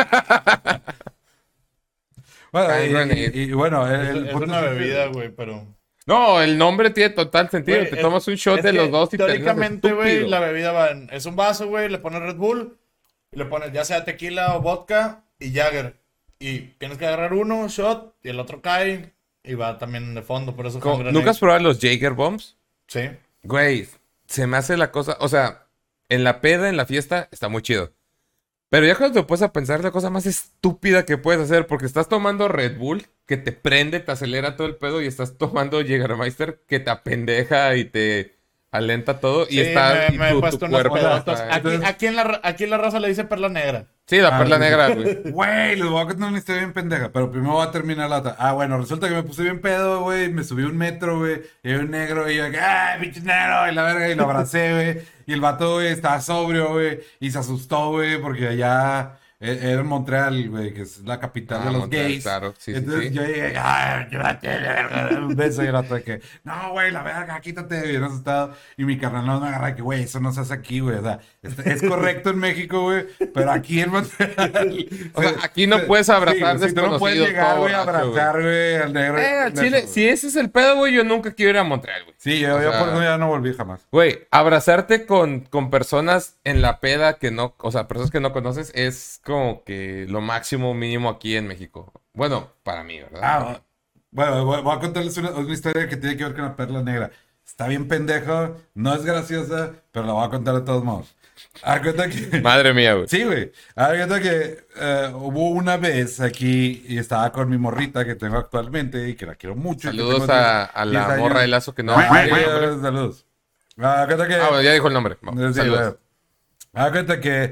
Bueno, Hand grenade. y bueno, Es punto una es que- bebida, güey, pero... No, el nombre tiene total sentido. Güey, Te es- tomas un shot es de que los dos y te teóricamente, güey, estúpido. la bebida va en... Es un vaso, güey, le pones Red Bull, y le pones ya sea tequila o vodka y Jagger. Y tienes que agarrar uno, shot, y el otro cae, y va también de fondo, por eso... hand grenade. ¿Nunca has probado los Jaeger Bombs? Sí. Güey, se me hace la cosa... O sea, en la peda, en la fiesta, está muy chido. Pero ya cuando te puedes a pensar la cosa más estúpida que puedes hacer, porque estás tomando Red Bull, que te prende, te acelera todo el pedo, y estás tomando Jägermeister, que te apendeja y te alenta todo, y Sí, está... y me he tu puesto unas cuerpo pedotas. está- Aquí en la raza le dice perla negra. Sí, la perla sí. negra, güey. Güey, les voy a contar una historia bien pendeja, pero primero voy a terminar la otra. Ah, bueno, resulta que me puse bien pedo, güey, me subí un metro, güey, y había un negro, y yo, ¡ay, pinche negro! Y la verga, y lo abracé, güey, y el vato, güey, estaba sobrio, güey, y se asustó, güey, porque allá era en Montreal, güey, que es la capital Ah, de los Montreal, gays. claro, sí, sí, Entonces sí. yo llegué, ¡ay, ayúdate, la verga! Un beso, y el otro de que, no, güey, la verga, quítate, bien asustado. Y mi carnal no me agarra que, güey, eso no se hace aquí, güey, o sea, es correcto en México, güey, pero aquí en Montreal... O sea, aquí no puedes abrazar sí, tú no puedes desconocidos llegar, todo güey, a borracho, güey. abrazar, güey, al negro. Al Neto, Chile, güey. si ese es el pedo, güey, yo nunca quiero ir a Montreal, güey. Sí, yo o sea- por eso ya no volví jamás. Güey, abrazarte con personas en la peda que no, o sea, personas que no conoces, es como que lo máximo mínimo aquí en México. Bueno, para mí, ¿verdad? Ah, bueno, voy a contarles una historia que tiene que ver con la perla negra. Está bien pendejo, no es graciosa, pero la voy a contar de todos modos. Haz cuenta que... Madre mía, güey. Sí, güey. Haz cuenta que hubo una vez aquí y estaba con mi morrita que tengo actualmente y que la quiero mucho. y que Saludos tengo a 10 la años. morra de lazo que no. Saludos. Haz cuenta que... Ah, bueno, ya dijo el nombre. Sí, Saludos. güey. Haz cuenta que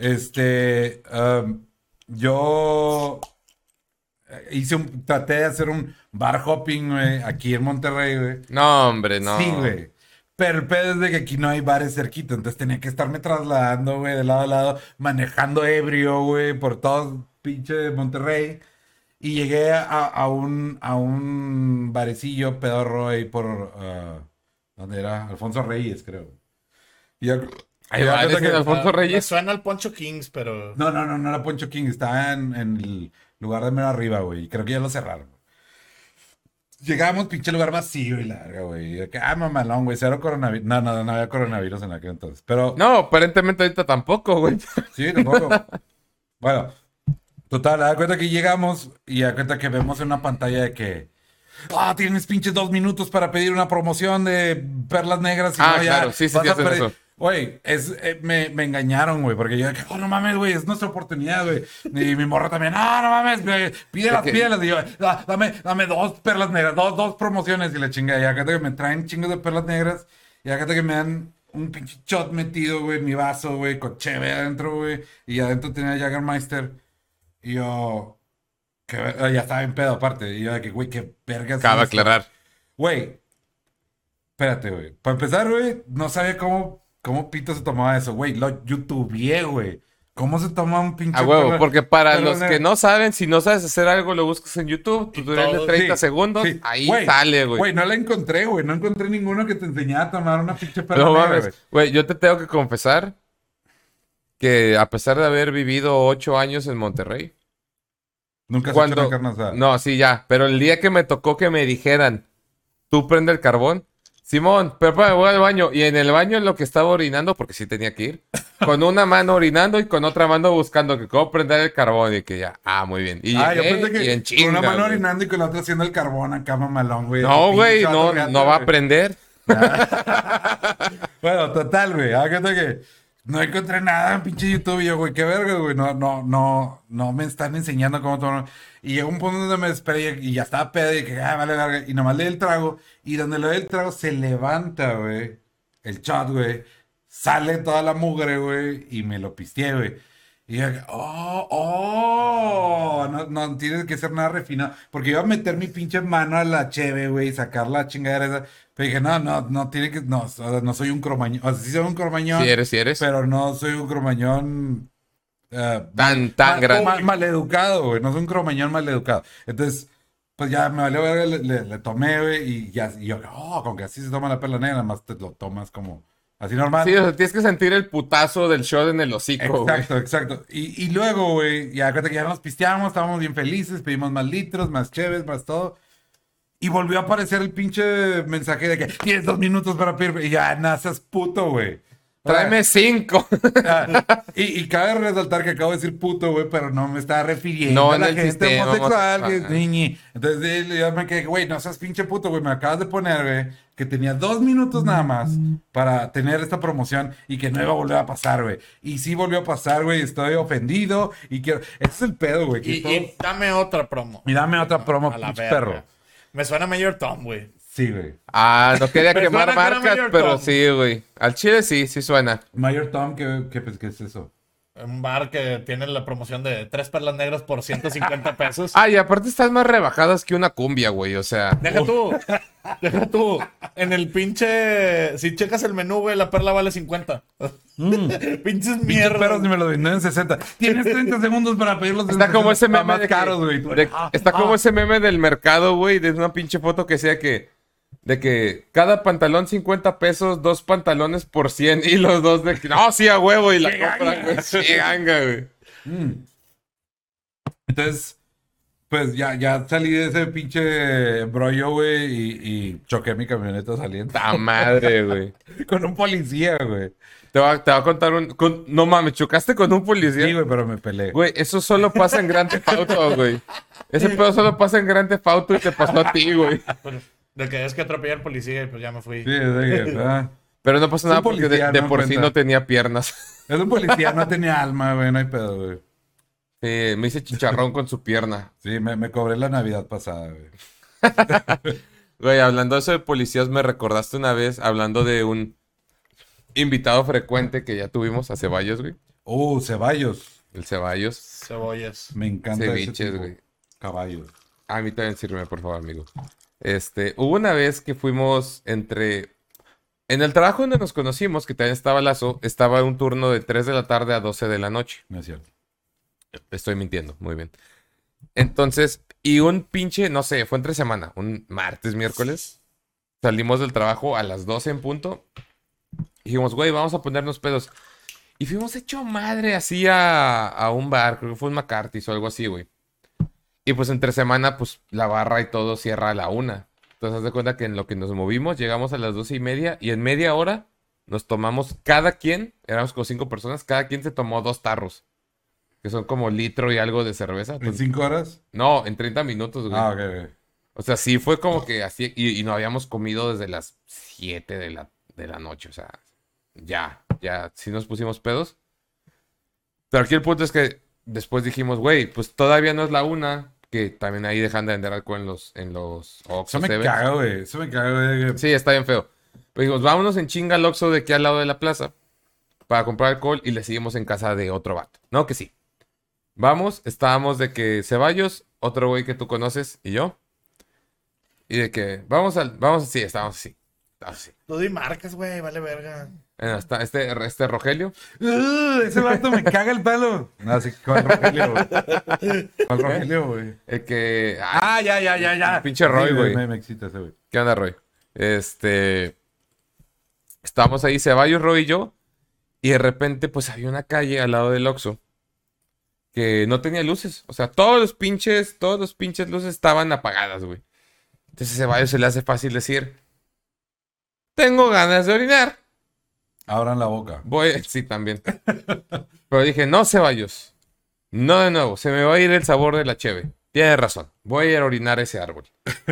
yo traté de hacer un bar hopping, güey, aquí en Monterrey, güey. No, hombre, no. Sí, güey. Pero el pedo es de que aquí no hay bares cerquita, entonces tenía que estarme trasladando, güey, de lado a lado, manejando ebrio, güey, por todo pinche Monterrey. Y llegué a un barecillo pedorro ahí por, ¿dónde era? Alfonso Reyes, creo. Y ya- Hay ya bares cuenta en que- Alfonso Me Reyes. suena al Poncho Kings, pero... No era Poncho King, estaba en el lugar de mero arriba, güey. Y creo que ya lo cerraron. Llegamos, pinche lugar vacío y larga, güey. Y de que, mamalón, güey, cero coronavirus. No había coronavirus en aquel entonces. Pero, No, aparentemente ahorita tampoco, güey. sí, tampoco. Bueno, total, da cuenta que llegamos y da cuenta que vemos en una pantalla de que, tienes pinches 2 minutos para pedir una promoción de perlas negras y Ah, no, ya claro, sí, vas a hacen eso. Güey, me engañaron, güey, porque yo dije, no mames, güey, es nuestra oportunidad, güey. Y mi morra también, no mames, güey, pídelas. Y yo, dame 2 perlas negras, dos promociones y la chingada. Y acá que me traen chingos de perlas negras y acá que me dan un pinche shot metido, güey, en mi vaso, güey, con cheve adentro, güey. Y adentro tenía Jägermeister. Y yo, ya estaba en pedo aparte. Y yo de que, güey, qué vergas. Cabe es esto? aclarar. Güey, espérate, güey. Para empezar, güey, no sabía cómo pito se tomaba eso, güey. Lo youtubeé, güey. ¿Cómo se toma un pinche A huevo, perla- porque para perla los que negra? no saben, si no sabes hacer algo, lo buscas en YouTube, tutorial de todos- 30 Sí, segundos, sí. ahí Güey, sale, güey. Güey, no la encontré, güey. No encontré ninguno que te enseñara a tomar una pinche perla No negra, mames. güey. Güey, yo te tengo que confesar que a pesar de haber vivido 8 años en Monterrey, Nunca has hecho cuando... una carne asada. No, sí, ya. Pero el día que me tocó que me dijeran, tú prende el carbón, Simón, pero voy al baño. Y en el baño en lo que estaba orinando, porque sí tenía que ir, con una mano orinando y con otra mano buscando que cómo prender el carbón. Y que ya, muy bien. Y Yo llegué pensé y en que con una chinga, mano güey. orinando y con la otra haciendo el carbón acá, mamalón, güey. No, Pinche güey, vato no, reata, no va a güey. prender. Bueno, total, güey. Haga cuenta que no encontré nada en pinche YouTube y yo, güey, qué verga, güey. No me están enseñando cómo tomar. Y llegó un punto donde me desesperé y ya estaba pedo y que, vale, verga. Y nomás le di el trago. Y donde le doy el trago se levanta, güey. El shot, güey. Sale toda la mugre, güey. Y me lo pisteé, güey. Y yo, no tienes que ser nada refinado. Porque iba a meter mi pinche mano a la cheve, güey, y sacar la chingadera esa. Pero dije, no tiene que, no, o sea, no soy un cromañón. O sea, sí soy un cromañón. Si eres. Pero no soy un cromañón Tan grande. maleducado, güey. No soy un cromañón maleducado. Entonces, pues ya me valió verga, le tomé, güey, y yo, con que así se toma la perla negra, nada más te lo tomas como así normal. Sí, o sea, tienes que sentir el putazo del shot en el hocico, güey. Exacto. Y luego, güey, ya cuenta que ya nos pisteamos, estábamos bien felices, pedimos más litros, más cheves, más todo. Y volvió a aparecer el pinche mensaje de que tienes 2 minutos para pedir. Y ya, seas puto, güey. Tráeme 5. Y cabe resaltar que acabo de decir puto, güey, pero no me estaba refiriendo No a en la el gente sistema homosexual. homosexual. Niñi. Entonces yo me quedé, güey, no seas pinche puto, güey. Me acabas de poner, güey, que tenía 2 minutos nada más para tener esta promoción y que no iba a volver a pasar, güey. Y sí volvió a pasar, güey. Estoy ofendido y quiero. Este es el pedo, güey. Y dame otra promo. Y dame otra promo, A la pinche verga. perro. Me suena Mayor Tom, güey. Sí, güey. No quería Me quemar suena que era marcas, Mayor pero Tom. sí, güey. Al chile sí suena. Mayor Tom, ¿qué es eso? Un bar que tiene la promoción de 3 perlas negras por 150 pesos. Y aparte están más rebajadas que una cumbia, güey. O sea, Deja tú. En el pinche. Si checas el menú, güey, la perla vale 50. Pinches Pinches mierdas. perros ni me lo vendieron en 60. Tienes 30 segundos para pedirlos está como ese meme más de caros, que- güey. está como ese meme del mercado, güey, de una pinche foto que decía de que cada pantalón 50 pesos, 2 pantalones por 100 y los dos de que, no, sí, a huevo, y la ¡Qué compran, ganga! güey. Sí, ganga, güey. Entonces, pues ya salí de ese pinche embrollo, güey, y choqué mi camioneta saliendo. ¡Ta madre, güey! Con un policía, güey. Te voy a contar no mames, chocaste con un policía. Sí, güey, pero me peleé. Güey, eso solo pasa en Grand Theft Auto, güey. Ese pedo solo pasa en Grand Theft Auto y te pasó a ti, güey. Pero de que es que atropellé al policía y pues ya me fui. Sí, es de que, Pero no pasa Es nada un porque policía, de no por sí cuenta. no tenía piernas. es un policía, no tenía alma, güey, no hay pedo, güey. Sí, me hice chicharrón con su pierna. Sí, me cobré la Navidad pasada, güey. Güey, hablando de eso de policías, me recordaste una vez hablando de un invitado frecuente que ya tuvimos a Ceballos, güey. Ceballos. El Ceballos. Cebollas. Me encanta ese Ceviches, tipo. güey. Caballos. A mí también sírveme, por favor, amigo. Hubo una vez que fuimos en el trabajo donde nos conocimos, que también estaba Lazo, estaba un turno de 3 de la tarde a 12 de la noche. No es cierto. Estoy mintiendo, muy bien. Entonces, y un pinche, no sé, fue entre semana, un martes, miércoles. Salimos del trabajo a las 12 en punto. Y dijimos, güey, vamos a ponernos pedos. Y fuimos hecho madre así a un bar, creo que fue un McCarthy's o algo así, güey. Y pues entre semana, pues la barra y todo cierra a la 1. Entonces, haz de cuenta que en lo que nos movimos, llegamos a las 12:30 y en media hora nos tomamos cada quien, éramos como 5 personas, cada quien se tomó 2 tarros, que son como litro y algo de cerveza. ¿En Entonces, 5 horas? no, en 30 minutos, güey. Ah, ok. O sea, sí fue como que así, y no habíamos comido desde las 7 de la noche, o sea, ya, sí nos pusimos pedos. Pero aquí el punto es que después dijimos, güey, pues todavía no es la 1, que también ahí dejan de vender alcohol en los Eso Oxxos, me Sevens. caga, güey. Eso me caga, güey. Sí, está bien feo. Pero dijimos, vámonos en chinga al Oxxo de aquí al lado de la plaza para comprar alcohol y le seguimos en casa de otro vato. No, que sí. Vamos, estábamos de que Ceballos, otro güey que tú conoces y yo. Y de que sí, estábamos así. Tú di marcas, güey, vale verga. Está este Rogelio. Ese vato me caga el palo. No, sí, ¿cuál Rogelio, güey? ¿Cuál Rogelio, güey? El que. Ah, ya. Pinche Roy, Sí, güey. Me excita ese, güey. ¿Qué onda, Roy? Estábamos ahí, Ceballos, Roy y yo. Y de repente, pues había una calle al lado del Oxxo que no tenía luces. O sea, todos los pinches luces estaban apagadas, güey. Entonces a Ceballos se le hace fácil decir: tengo ganas de orinar. Abran la boca. Sí, también. Pero dije, no, Ceballos. No de nuevo, se me va a ir el sabor de la cheve. Tienes razón, voy a ir a orinar ese árbol.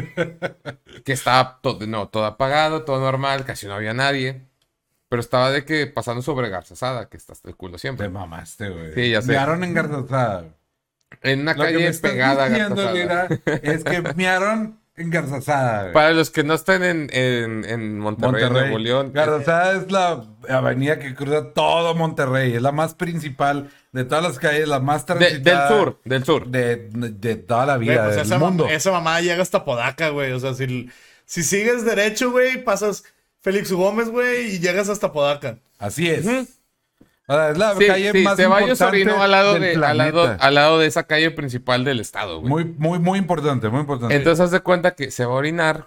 Que estaba todo apagado, todo normal, casi no había nadie. Pero estaba de que pasando sobre Garzazada, que está hasta el culo Te siempre. mamaste, güey. Sí, ya sé. Mearon en Garzazada. En una Lo que me calle estás pegada a diciendo, Garzazada. mira, es que mearon en Garzazada, güey. Para los que no estén en Monterrey, Nuevo León. Garzazada es la avenida que cruza todo Monterrey. Es la más principal de todas las calles, la más transitada. Del sur. De toda la Güey, vida, pues del mundo. esa mamá llega hasta Podaca, güey. O sea, si sigues derecho, güey, pasas Félix Gómez, güey, y llegas hasta Podaca. Así es. Ujú. O sea, es la Sí, calle más Ceballos importante orinó al lado del planeta. al lado de esa calle principal del estado, güey. Muy importante, muy importante. Entonces haz de cuenta que se va a orinar.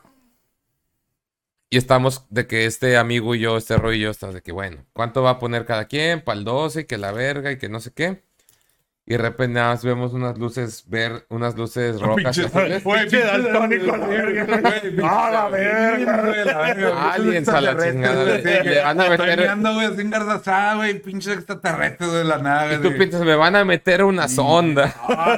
Y estamos de que este amigo y yo, este Roy y yo, estamos de que, bueno, ¿cuánto va a poner cada quien? Para el 12, y que la verga, y que no sé qué. Y de repente nada más vemos unas luces rojas y azules. Pinche daltónico, la verga. Ah, la verga. Aliens a la chingada. Le van a meter. Planeando, güey, así engarzazada, güey, pinche extraterrestre de la nave. Y tú piensas, me van a meter una sonda.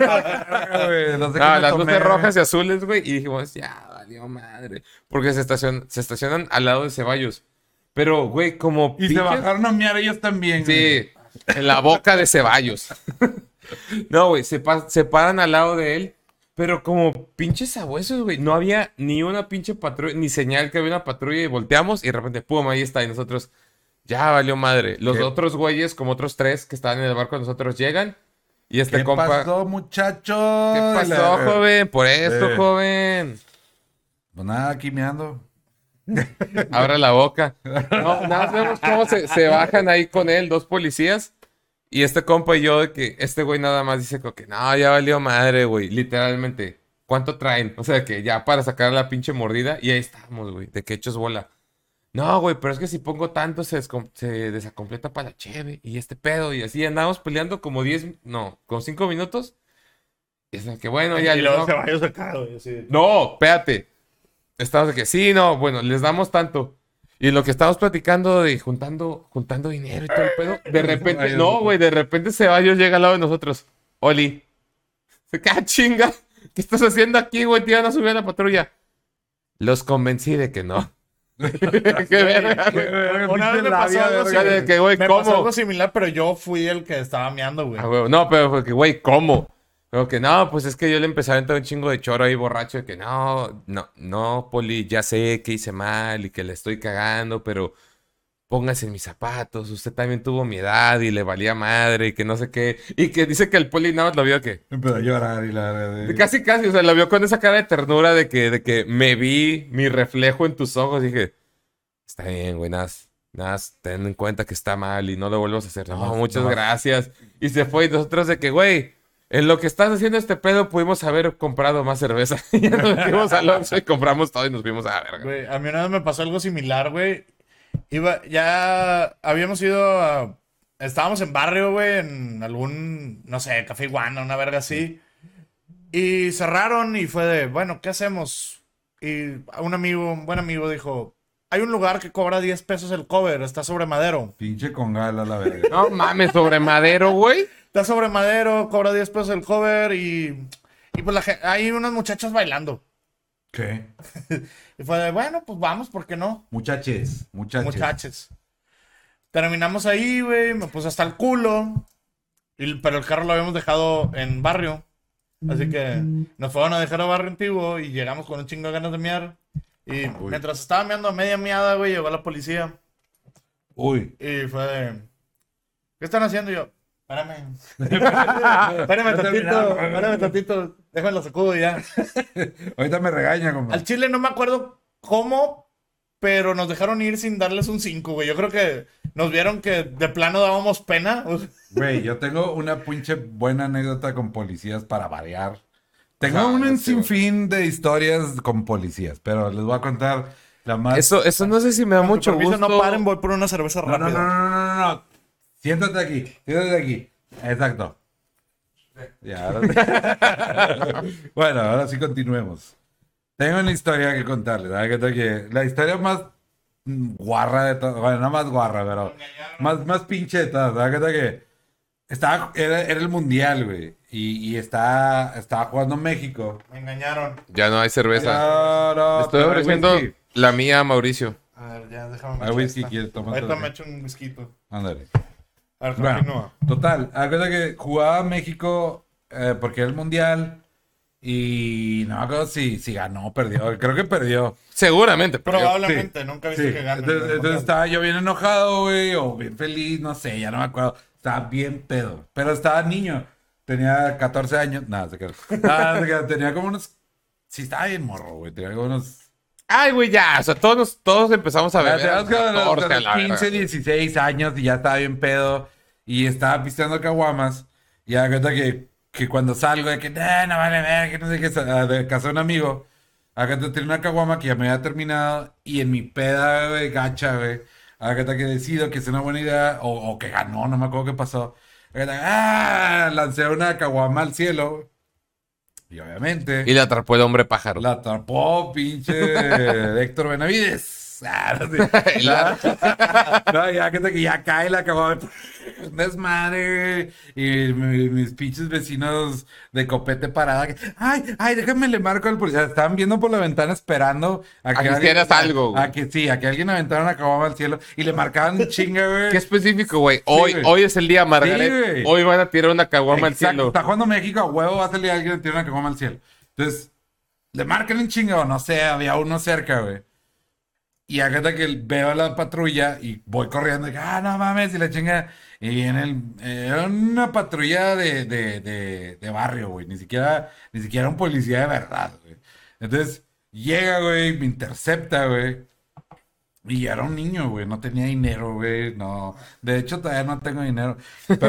No sé qué Ah, me las tomé. luces rojas y azules, güey. Y dijimos, ya, valió madre. Porque se estacionan al lado de Ceballos. Pero, güey, como Y se pinches- bajaron a miar ellos también, güey. Sí, en la boca de Ceballos. No, güey, se paran al lado de él. Pero como pinches sabuesos, güey. No había ni una pinche patrulla, ni señal que había una patrulla. Y volteamos y de repente, pum, ahí está. Y nosotros, ya valió madre. Los ¿Qué? otros güeyes, como otros 3 que estaban en el barco con nosotros, llegan. Y este ¿Qué compa... pasó, muchachos? ¿Qué pasó, joven? Por esto, Eh. joven. Pues nada, aquí meando. Abra la boca. No, nada más vemos cómo se bajan ahí con él, 2 policías. Y este compa y yo, de que este güey nada más dice como que no, ya valió madre, güey. Literalmente, ¿cuánto traen? O sea, que ya para sacar la pinche mordida. Y ahí estamos, güey, de que hechos bola. No, güey, pero es que si pongo tanto se desacompleta para la cheve. Y este pedo. Y así andamos peleando como 5 minutos. Y es de que bueno, ya Y les luego damos- Ceballos acá, güey, así. No, espérate. Estamos de que sí, no, bueno, les damos tanto. Y en lo que estamos platicando de juntando dinero y todo el pedo, de repente, no, güey, de repente Ceballos llega al lado de nosotros. Oli, se queda chinga. ¿Qué estás haciendo aquí, güey? Te iban a subir a la patrulla. Los convencí de que no. Qué verga, güey. Una vez me pasó algo verga, de que, güey, me ¿cómo? pasó algo similar, pero yo fui el que estaba meando, güey. Ah, güey, no, pero porque, güey, ¿cómo? Pero que no, pues es que yo le empecé a aventar un chingo de choro ahí borracho de que no, Poli, ya sé que hice mal y que le estoy cagando, pero póngase en mis zapatos, usted también tuvo mi edad y le valía madre y que no sé qué. Y que dice que el Poli nada más lo vio que... Empezó a llorar y la verdad. Casi, o sea, lo vio con esa cara de ternura de que me vi mi reflejo en tus ojos. Dije, está bien, güey, nada más ten en cuenta que está mal y no lo vuelvas a hacer. No, muchas gracias. Y se fue y nosotros de que, güey, en lo que estás haciendo este pedo pudimos haber comprado más cerveza. Y ya nos fuimos al Oxxo y compramos todo y nos fuimos a la verga. Güey, a mí una vez me pasó algo similar, güey. Ya habíamos ido estábamos en barrio, güey, en algún, no sé, Café Iguana, una verga así. Y cerraron y fue de, bueno, ¿qué hacemos? Y un buen amigo dijo, hay un lugar que cobra 10 pesos el cover, está sobre Madero. Pinche con gala la verga. No mames, sobre Madero, güey. Está sobre Madero, cobra 10 pesos el cover y pues hay unas muchachas bailando. ¿Qué? Y fue de, bueno, pues vamos, ¿por qué no? Muchaches. Muchachos. Terminamos ahí, güey, me puse hasta el culo. Pero el carro lo habíamos dejado en barrio. Así que nos fueron a dejar a barrio antiguo y llegamos con un chingo de ganas de mear. Y mientras estaba meando a media meada, güey, llegó la policía. Uy. Y fue de, ¿qué están haciendo? Y yo, espérame. Espérame tantito. Déjame lo sacudo ya. Ahorita me regaña, Al compadre. chile no me acuerdo cómo, pero nos dejaron ir sin darles un 5, güey. Yo creo que nos vieron que de plano dábamos pena. Güey, yo tengo una pinche buena anécdota con policías para variar. Tengo Ajá, un sí, güey. sinfín de historias con policías, pero les voy a contar la más... Eso no sé si me da Con tu mucho permiso, gusto. no paren, voy por una cerveza No, no, rápida. no. Siéntate aquí. Exacto. Ya, Bueno, ahora sí continuemos. Tengo una historia que contarles. La historia más guarra de todas, bueno, no más guarra, pero más pinche de todas. Era el mundial, güey. Y estaba jugando México. Me engañaron. Ya no hay cerveza. No, Le estoy pero hay ofreciendo whisky. la mía a Mauricio. A ver, ya, déjame Hay echar whisky, esta. ¿quieres? Tómatelo. Ahorita me echo un whisky. Ándale. A ver, Bueno, continúa. total, acuérdate que jugaba México porque era el mundial y no me acuerdo si ganó o perdió. Creo que perdió. Seguramente, pero Probablemente, nunca he visto Sí. que gane. Entonces estaba yo bien enojado, güey, o bien feliz, no sé, ya no me acuerdo. Estaba bien pedo, pero estaba niño. Tenía 14 años. Nada, se quedó. Nada, se quedó. Tenía como unos... Sí, estaba bien morro, güey. Tenía como unos... Ay, güey, ya. O sea, todos empezamos a beber. Teníamos como unos 14 a la 15, verga. 16 años y ya estaba bien pedo. Y estaba pisteando caguamas. Y da cuenta que cuando salgo de que no vale ver, que no sé qué, de casa de un amigo. Acá tenía una caguama que ya me había terminado. Y en mi peda, güey, gacha, güey. Acá que decido que es una buena idea. O que ganó, no me acuerdo qué pasó. Lancé una caguama al cielo. Y obviamente. Y le atrapó el hombre pájaro. La atrapó, pinche Héctor Benavides. No, sé. Y la- No, ya que ya cae la acabó de desmadre. Y mis pinches vecinos de copete parada. Ay, déjame le marco al policía. Estaban viendo por la ventana esperando A que hicieras algo, güey. A que alguien aventara una caguama al cielo. Y le marcaban un chinga, güey. Qué específico, güey. güey. Hoy es el día, Margaret. Sí, güey. Hoy van a tirar una caguama al Exacto, cielo. está jugando México, a huevo va a salir alguien y tiene una caguama al cielo. Entonces, le marcan un chingo, no sé, había uno cerca, güey. Y acá que veo a la patrulla y voy corriendo, y, no mames, y la chinga. Y era una patrulla de barrio, güey. Ni siquiera un policía de verdad, güey. Entonces, llega, güey, me intercepta, güey. Y era un niño, güey, no tenía dinero, güey, no. De hecho, todavía no tengo dinero.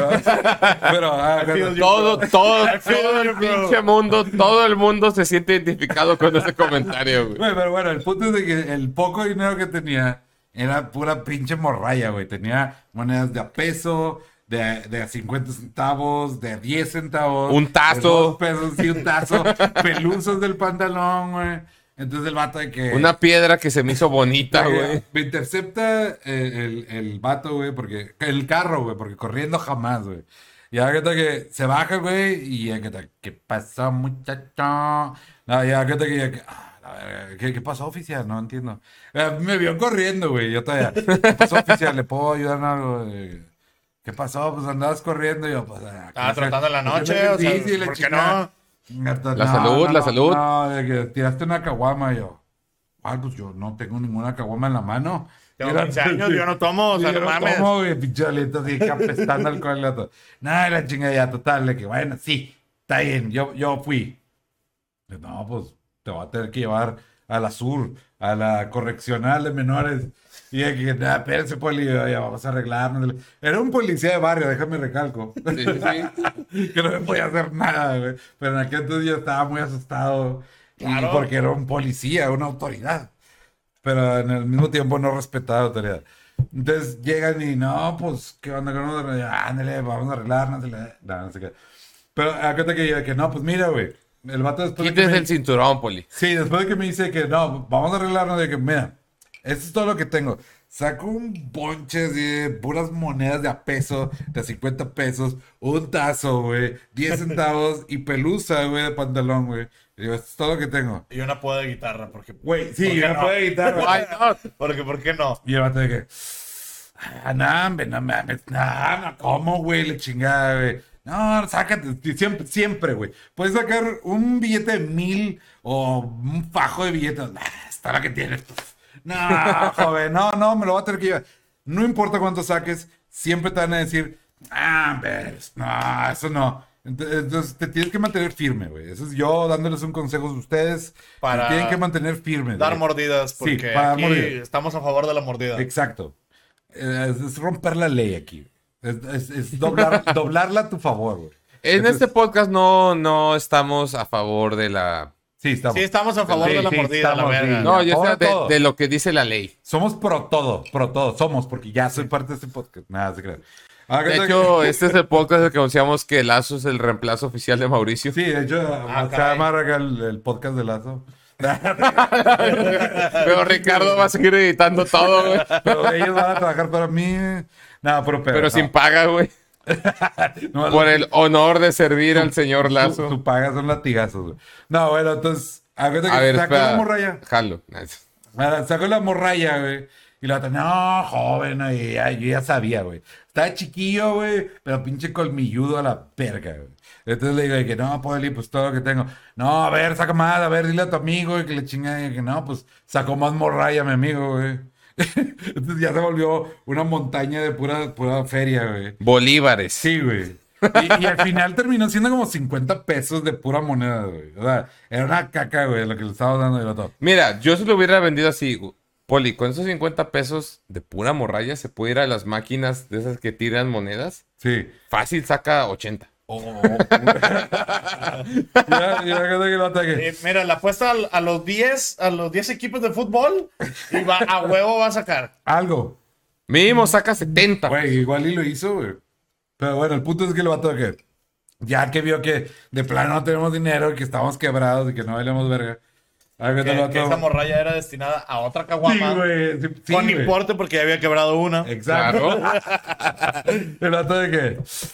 Pero Todo feel el you, bro. pinche mundo, todo el mundo se siente identificado con ese comentario, güey. Güey, pero bueno, el punto es de que el poco dinero que tenía era pura pinche morralla, güey. Tenía monedas de a peso, de a 50 centavos, de a 10 centavos. Un tazo. de 2 pesos, sí, un tazo. Pelusas del pantalón, güey. Entonces el vato de que... Una piedra que se me hizo bonita, güey. Me intercepta el vato, güey, porque... El carro, güey, porque corriendo jamás, güey. Y ahora que se baja, güey, y ya que ¿qué pasó, muchacho? No, ya que la verga, ¿qué pasó, oficial? No entiendo. Me vio corriendo, güey, yo todavía. ¿Qué pasó, oficial? ¿Le puedo ayudar en algo? ¿Qué pasó? Pues andabas corriendo y yo, pues... Estaba tratando en la noche, o sea, sí, ¿por qué no? La salud. No, de que tiraste una caguama y yo. Pues yo no tengo ninguna caguama en la mano. Tengo Mira, 15 años, yo no tomo, o sea, Sí, yo no mames. tomo, güey, pinche alito así, que apestando alcohol y gato. Nada, la chingada ya, total, de que bueno, sí, está bien, yo fui. No, pues te voy a tener que llevar a la sur, a la correccional de menores. Y de que, nada, espérense, poli, ya vamos a arreglarnos. Era un policía de barrio, déjame recalco. Sí, sí. Que no me podía hacer nada, güey. Pero en aquel entonces yo estaba muy asustado. Claro. Y porque era un policía, una autoridad. Pero en el mismo tiempo no respetaba la autoridad. Entonces llegan y no, pues, ¿qué onda con nosotros? Ándale, vamos a arreglarnos. No sé qué. Pero acuérdate que no, pues mira, güey. el vato después de que Quítese me... el cinturón, Poli. Sí, después de que me dice que no, vamos a arreglarnos de que, mira, esto es todo lo que tengo. Saco un bonche así de puras monedas de a peso, de 50 pesos, un tazo, güey, 10 centavos y pelusa, güey, de pantalón, güey. Y digo, esto es todo lo que tengo. Y una poda de guitarra, porque... Güey, sí, ¿por qué yo no no? puedo editar, güey. Why not? Porque, ¿por qué no? Y el vato de que, no, hombre, no mames, no, ¿cómo, güey? Le chingada, güey. No, sácate, siempre, güey. Puedes sacar un billete de 1000 o un fajo de billetes. Está la que tienes. No, joven, no, me lo voy a tener que llevar. No importa cuánto saques, siempre te van a decir, no, eso no. Entonces te tienes que mantener firme, güey. Eso es yo dándoles un consejo a ustedes. Para Tienen que mantener firme. Dar güey. mordidas, Sí, porque para dar aquí mordidas. estamos a favor de la mordida. Exacto. Es romper la ley aquí. Es doblarla a tu favor, güey. En este podcast no estamos a favor de la... Sí, estamos. Sí, estamos a favor Sí, de la sí, mordida, la estamos, verga. sí. No, yo Ahora sé todo. de lo que dice la ley. Somos pro todo. Somos, porque ya soy parte de este podcast. Nada, se crean. De hecho, este es el podcast en el que anunciamos que Lazo es el reemplazo oficial de Mauricio. Sí, de hecho, se caray. llama acá el podcast de Lazo. Pero Ricardo va a seguir editando todo, güey. Pero ellos van a trabajar para mí. Nada, Pero no. sin paga, güey. No, Por el honor de servir al señor Lazo. Su paga son latigazos, güey. No, bueno, entonces, acuérdate A que ver, saco la espera. morralla. Jalo. Saco la morralla, güey. Y la otra, no, joven, güey, yo ya sabía, güey. Estaba chiquillo, güey, pero pinche colmilludo a la verga, güey. Entonces le digo de que no, Poli, pues todo lo que tengo. No, a ver, saca más, a ver, dile a tu amigo y que le chinga y que no, pues sacó más morralla mi amigo, güey. Entonces ya se volvió una montaña de pura feria, güey. Bolívares. Sí, güey. Y al final terminó siendo como 50 pesos de pura moneda, güey. O sea, era una caca, güey, lo que le estaba dando y lo todo. Mira, yo se lo hubiera vendido así. Poli, con esos 50 pesos de pura morralla se puede ir a las máquinas de esas que tiran monedas. Sí. Fácil saca 80. Ya que lo ataque. Mira, la apuesta a los 10 equipos de fútbol y a huevo va a sacar. Algo. Mínimo saca 70. Güey, igual y lo hizo, güey. Pero bueno, el punto es que el vato que ya que vio que de plano no tenemos dinero, que estamos quebrados y que no valemos verga. Que esa morralla era destinada a otra Sí, caguama. güey. Sí, Con güey. importe porque ya había quebrado una. Exacto. Claro. El vato de que.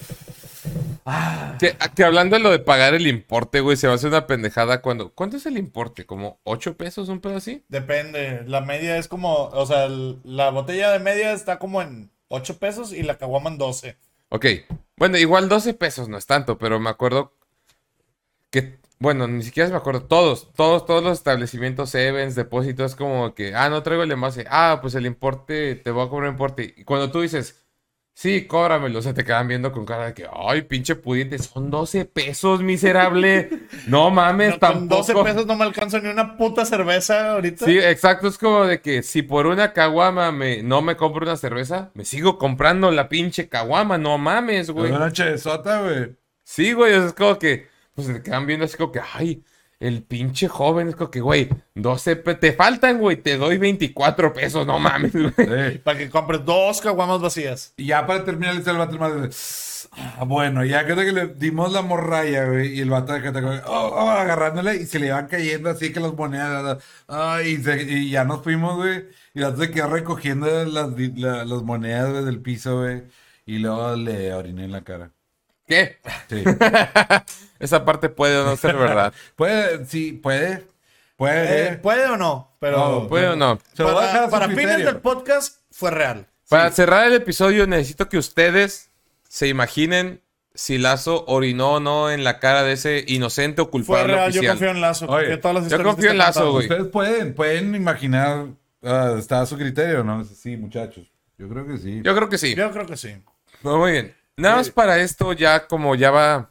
Que hablando de lo de pagar el importe, güey, se va a hacer una pendejada cuando... ¿Cuánto es el importe? ¿Como 8 pesos, un pedo así? Depende. La media es como, o sea, la botella de media está como en 8 pesos y la caguama en 12. Ok. Bueno, igual 12 pesos no es tanto, pero me acuerdo que... Bueno, ni siquiera me acuerdo. Todos los establecimientos, Evans, depósitos, como que... no traigo el envase. Pues el importe, te voy a cobrar importe. Y cuando tú dices... Sí, cóbramelo. O sea, te quedan viendo con cara de que, ay, pinche pudiente, son 12 pesos, miserable. No mames, No, con tampoco. 12 pesos no me alcanzo ni una puta cerveza ahorita. Sí, exacto. Es como de que si por una caguama no me compro una cerveza, me sigo comprando la pinche caguama. No mames, güey. Una chesota, güey. Sí, güey. O sea, es como que, pues te quedan viendo así como que, ay, el pinche joven. Es como que, güey, 12 te faltan, güey. Te doy 24 pesos. No mames, güey. Sí. Para que compres 2 caguamas vacías. Y ya para terminar el vato más bueno, ya que le dimos la morralla, güey, y el vato de que agarrándole y se le iban cayendo así que las monedas, y ya nos fuimos, güey, y el vato se quedó recogiendo las monedas, güey, del piso, güey, y luego le oriné en la cara. ¿Qué? Sí. Esa parte puede o no ser verdad. Puede. ¿Puede o no? Pero No, ¿Puede o no? Se lo voy a dejar a su para fines criterio. del podcast fue real. Para cerrar el episodio, necesito que ustedes se imaginen si Lazo orinó o no en la cara de ese inocente o Fue culpable real, yo oficial. confío en Lazo. Oye, Confío en todas las yo historias confío que en está Lazo, contando. güey. Ustedes pueden imaginar, está a su criterio, ¿no? Sí, muchachos. Yo creo que sí. Yo creo que sí. Yo creo que sí. Pues muy bien. Nada más para esto, ya como ya va...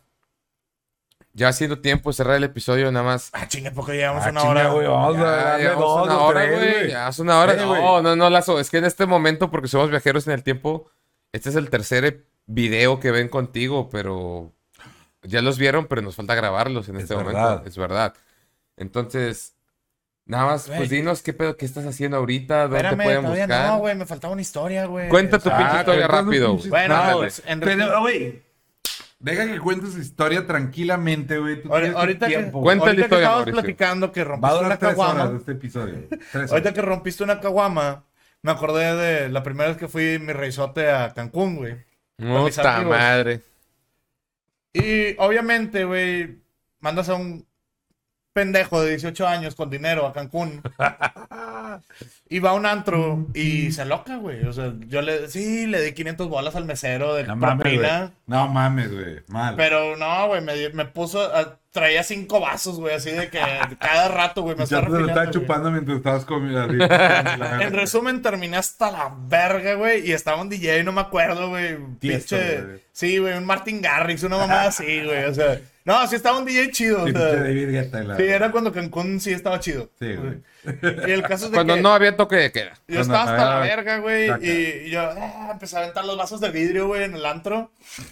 Ya haciendo tiempo de cerrar el episodio, nada más... Chinga, porque llevamos una Chinga, hora. güey, vamos a Ya, darle llevamos dos una o hora, tres, güey. güey. Ya hace una hora. güey. No, Lazo. Es que en este momento, porque somos viajeros en el tiempo, este es el tercer video que ven contigo, pero ya los vieron, pero nos falta grabarlos en este momento. verdad. Es verdad. Entonces, nada más, pues Güey. dinos qué pedo, qué estás haciendo ahorita, dónde Espérame, te pueden todavía buscar. no, güey. Me faltaba una historia, güey. Cuenta tu pinche historia cuenta tu rápido. pinche- Bueno, Ándale. pues, Pero, güey, Deja que cuente su historia tranquilamente, güey. Tú tienes tu Ahorita que, tiempo. Cuenta la ahorita que historia, estabas Mauricio. platicando que Va a rompiste durar una 3 horas caguama. este episodio. 3 Ahorita horas. que rompiste una caguama, me acordé de la primera vez que fui mi reizote a Cancún, güey. Con mis Puta amigos. madre. Y obviamente, güey, mandas a un pendejo de 18 años con dinero a Cancún. Y va a un antro y se loca, güey. O sea, le di 500 bolas al mesero de No mames, güey. propina. No mames, güey. Mal. Pero no, güey, me puso, traía 5 vasos, güey, así de que cada rato, güey, me Ya estaba te lo estaba refilando, güey. chupando mientras estabas comiendo. En resumen, terminé hasta la verga, güey, y estaba un DJ, no me acuerdo, güey. Tiesto, Pinche, güey. sí, güey, un Martin Garrix, una mamada así, güey, o sea. No, sí estaba un DJ chido, o Sí, sea. pinche David Guetta y la- Sí, era cuando Cancún sí estaba chido. Sí, güey. Y el caso es de Cuando que no había toque de queda. yo estaba hasta la Ah, verga, güey, caca. y yo empecé a aventar los vasos de vidrio, güey, en el antro.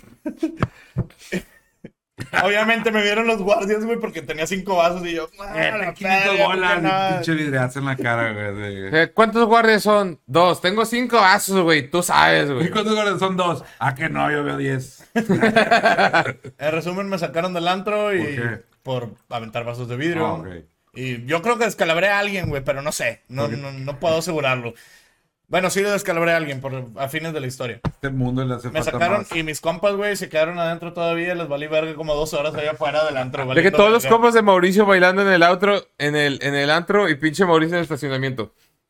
Obviamente me vieron los guardias, güey, porque tenía 5 vasos y yo, la 500 verga, bolas, puta madre". pinche vidriazo en la cara, güey. ¿Cuántos guardias son? 2. Tengo 5 vasos, güey. Tú sabes, ¿Y güey. cuántos goles son 2? Ah, que no, yo veo 10. En resumen, me sacaron del antro y ¿Por qué? por aventar vasos de vidrio. Ah, ok. Y yo creo que descalabré a alguien, güey, pero no sé. No puedo asegurarlo. Bueno, sí descalabré a alguien a fines de la historia. Este mundo le hace Me falta sacaron más. y mis compas, güey, se quedaron adentro todavía. Les valí verga como 2 horas allá afuera del antro. De que valiendo todos los verga. compas de Mauricio bailando en el outro, en el antro y pinche Mauricio en el estacionamiento.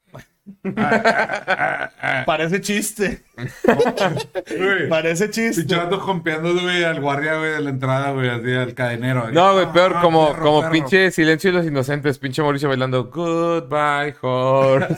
Parece chiste. Güey, Parece chiste. pinche vato jompeando, güey, al guardia, güey, de la entrada, güey, así al cadenero. No, güey, peor, como perro. pinche Silencio de los Inocentes, pinche Mauricio bailando Goodbye Horse.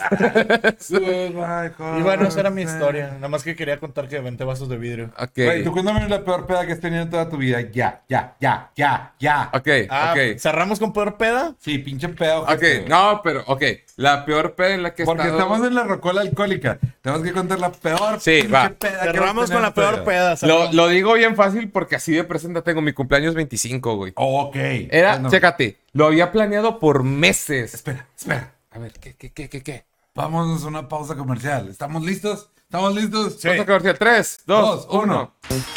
Y bueno, esa era mi historia. Nada más que quería contar que aventé vasos de vidrio. Ok, Güey, tú cuéntame la peor peda que has tenido en toda tu vida. Ya. ok, ok. ¿Cerramos con peor peda? Sí, pinche peda. Ok, ojete. no, pero, ok. La peor peda en la que he Porque estado... estamos en la rocola alcohólica. Tenemos que contar la peor Sí, pinche va. peda que Cerramos has con la tenido en peor tu vida. peda. cerramos. Lo digo bien fácil porque así de presente tengo mi cumpleaños 25, güey. Ok. Era, Bueno, chécate, lo había planeado por meses. Espera. A ver, ¿qué? Vámonos a una pausa comercial. ¿Estamos listos? ¿Estamos listos? Sí. Vamos a comercial. 3, 2, 2, 1.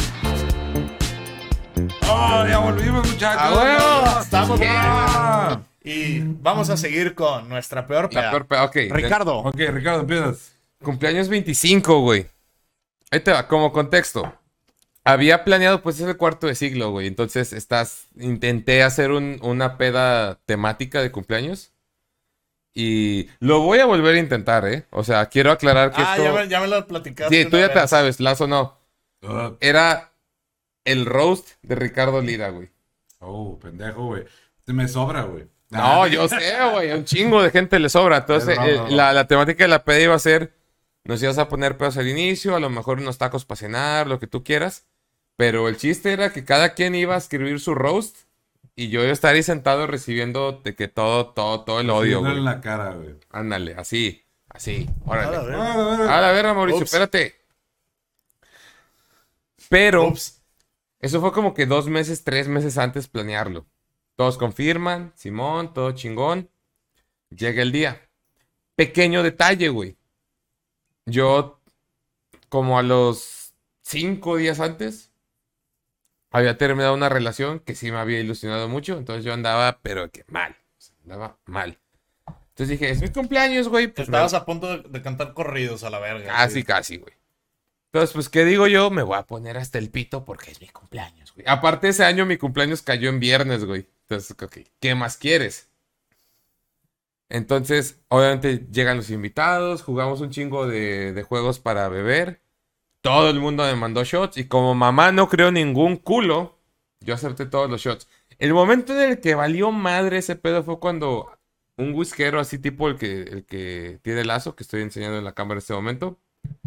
¡Oh, ya volvimos, muchachos! ¡A huevo! Estamos bien. Ah. Y vamos a seguir con nuestra peor peda. La peor peda, ok. Ricardo. Ok, Ricardo, empiezas. Cumpleaños 25, güey. Ahí te va, como contexto. Había planeado, pues, es el cuarto de siglo, güey. Entonces, intenté hacer una peda temática de cumpleaños. Y lo voy a volver a intentar, ¿eh? O sea, quiero aclarar que esto... ya me lo platicaste. Sí, tú una ya te la vez. sabes, Lazo no. Ah. Era el roast de Ricardo Lira, güey. Oh, pendejo, güey. Me sobra, güey. No, yo sé, güey. A un chingo de gente le sobra. Entonces, No. la temática de la peda iba a ser... Nos ibas a poner pedos al inicio, a lo mejor unos tacos para cenar, lo que tú quieras. Pero el chiste era que cada quien iba a escribir su roast y yo iba a estar ahí sentado recibiendo de que todo el odio, Viéndole güey. en la cara, güey. Ándale, así. A la Órale. verga. A la verga, Mauricio, Ups. espérate. Pero Ups. eso fue como que 2 meses, 3 meses antes planearlo. Todos confirman, Simón, todo chingón. Llega el día. Pequeño detalle, güey. Yo, como a los 5 días antes, había terminado una relación que sí me había ilusionado mucho. Entonces yo andaba, pero que mal. O sea, andaba mal. Entonces dije, es mi cumpleaños, güey. Pues Estabas a punto de cantar corridos a la verga. Casi, güey. Entonces, pues, ¿qué digo yo? Me voy a poner hasta el pito porque es mi cumpleaños, güey. Aparte, ese año mi cumpleaños cayó en viernes, güey. Entonces, ok, ¿qué más quieres? Entonces, obviamente, llegan los invitados, jugamos un chingo de juegos para beber. Todo el mundo me mandó shots y como mamá no creó ningún culo, yo acepté todos los shots. El momento en el que valió madre ese pedo fue cuando un whiskero así tipo el que tiene Lazo, que estoy enseñando en la cámara en este momento,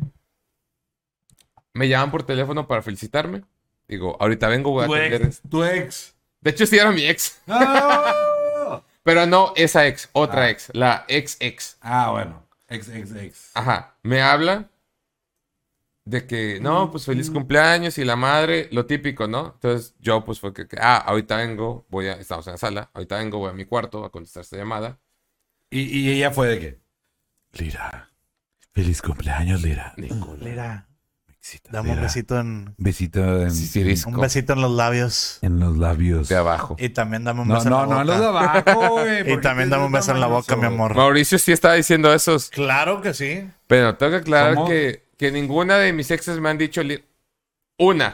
me llaman por teléfono para felicitarme. Digo, ahorita vengo, voy a atender. Tu ex. De hecho, sí era mi ex. ¡No! Pero no esa ex, otra ex, la ex. Ah, bueno. Ex. Ajá, me habla de que, no, pues feliz cumpleaños y la madre, lo típico, ¿no? Entonces yo pues fue ahorita vengo, estamos en la sala, ahorita vengo, voy a mi cuarto a contestar esta llamada. Y ella fue de qué? Lira. Feliz cumpleaños, Lira. Lira. Dame un besito en... Besito en... Cirisco. Un besito en los labios. En los labios. De abajo. Y también dame un No, beso en la no, boca. no en los de abajo, güey. Y también dame un beso en la boca, mi amor. Mauricio sí estaba diciendo esos. Claro que sí. Pero tengo que aclarar ¿Cómo? que ninguna de mis exes me han dicho una.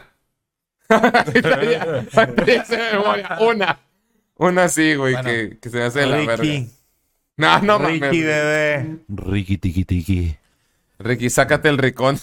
Ya se me memoria. Una sí, güey, Bueno, que se me hace de la verga. Ricky. No, no mames. Ricky, bebé. Ricky, tiki, tiki. Ricky, sácate el ricón.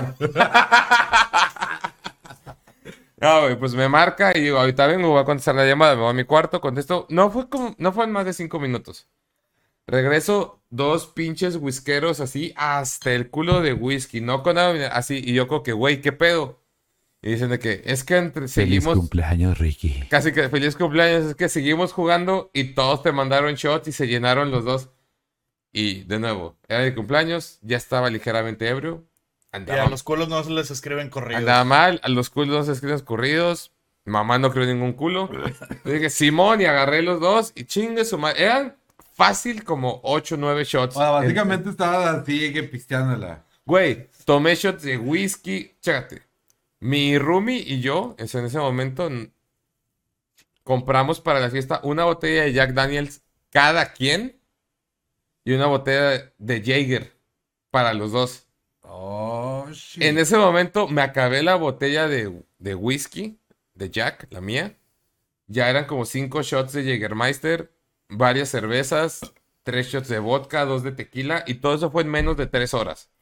No, güey, pues me marca y digo, ahorita vengo, voy a contestar la llamada, me voy a mi cuarto, contesto. No fue en más de 5 minutos. Regreso, 2 pinches whiskeros así, hasta el culo de whisky, no con nada, así, y yo como que, güey, ¿qué pedo? Y dicen de que, es que seguimos... cumpleaños, Ricky. Casi que feliz cumpleaños, es que seguimos jugando y todos te mandaron shots y se llenaron los dos. Y de nuevo, era mi cumpleaños, ya estaba ligeramente ebrio. Y Andaba, a los culos no se les escriben corridos. andaba mal, a los culos no se escriben corridos. Mamá no creó ningún culo. Yo dije, Simón, y agarré los dos y chingue su madre. Eran fácil como 8 o 9 shots. Bueno, básicamente estaba así que pisteándola. Güey, tomé shots de whisky. Chécate. Mi roomie y yo, en ese momento, compramos para la fiesta una botella de Jack Daniels cada quien y una botella de Jaeger para los dos. Oh, shit. En ese momento me acabé la botella de whisky de Jack, la mía. Ya eran como 5 shots de Jägermeister, varias cervezas, 3 shots de vodka, 2 de tequila y todo eso fue en menos de 3 horas.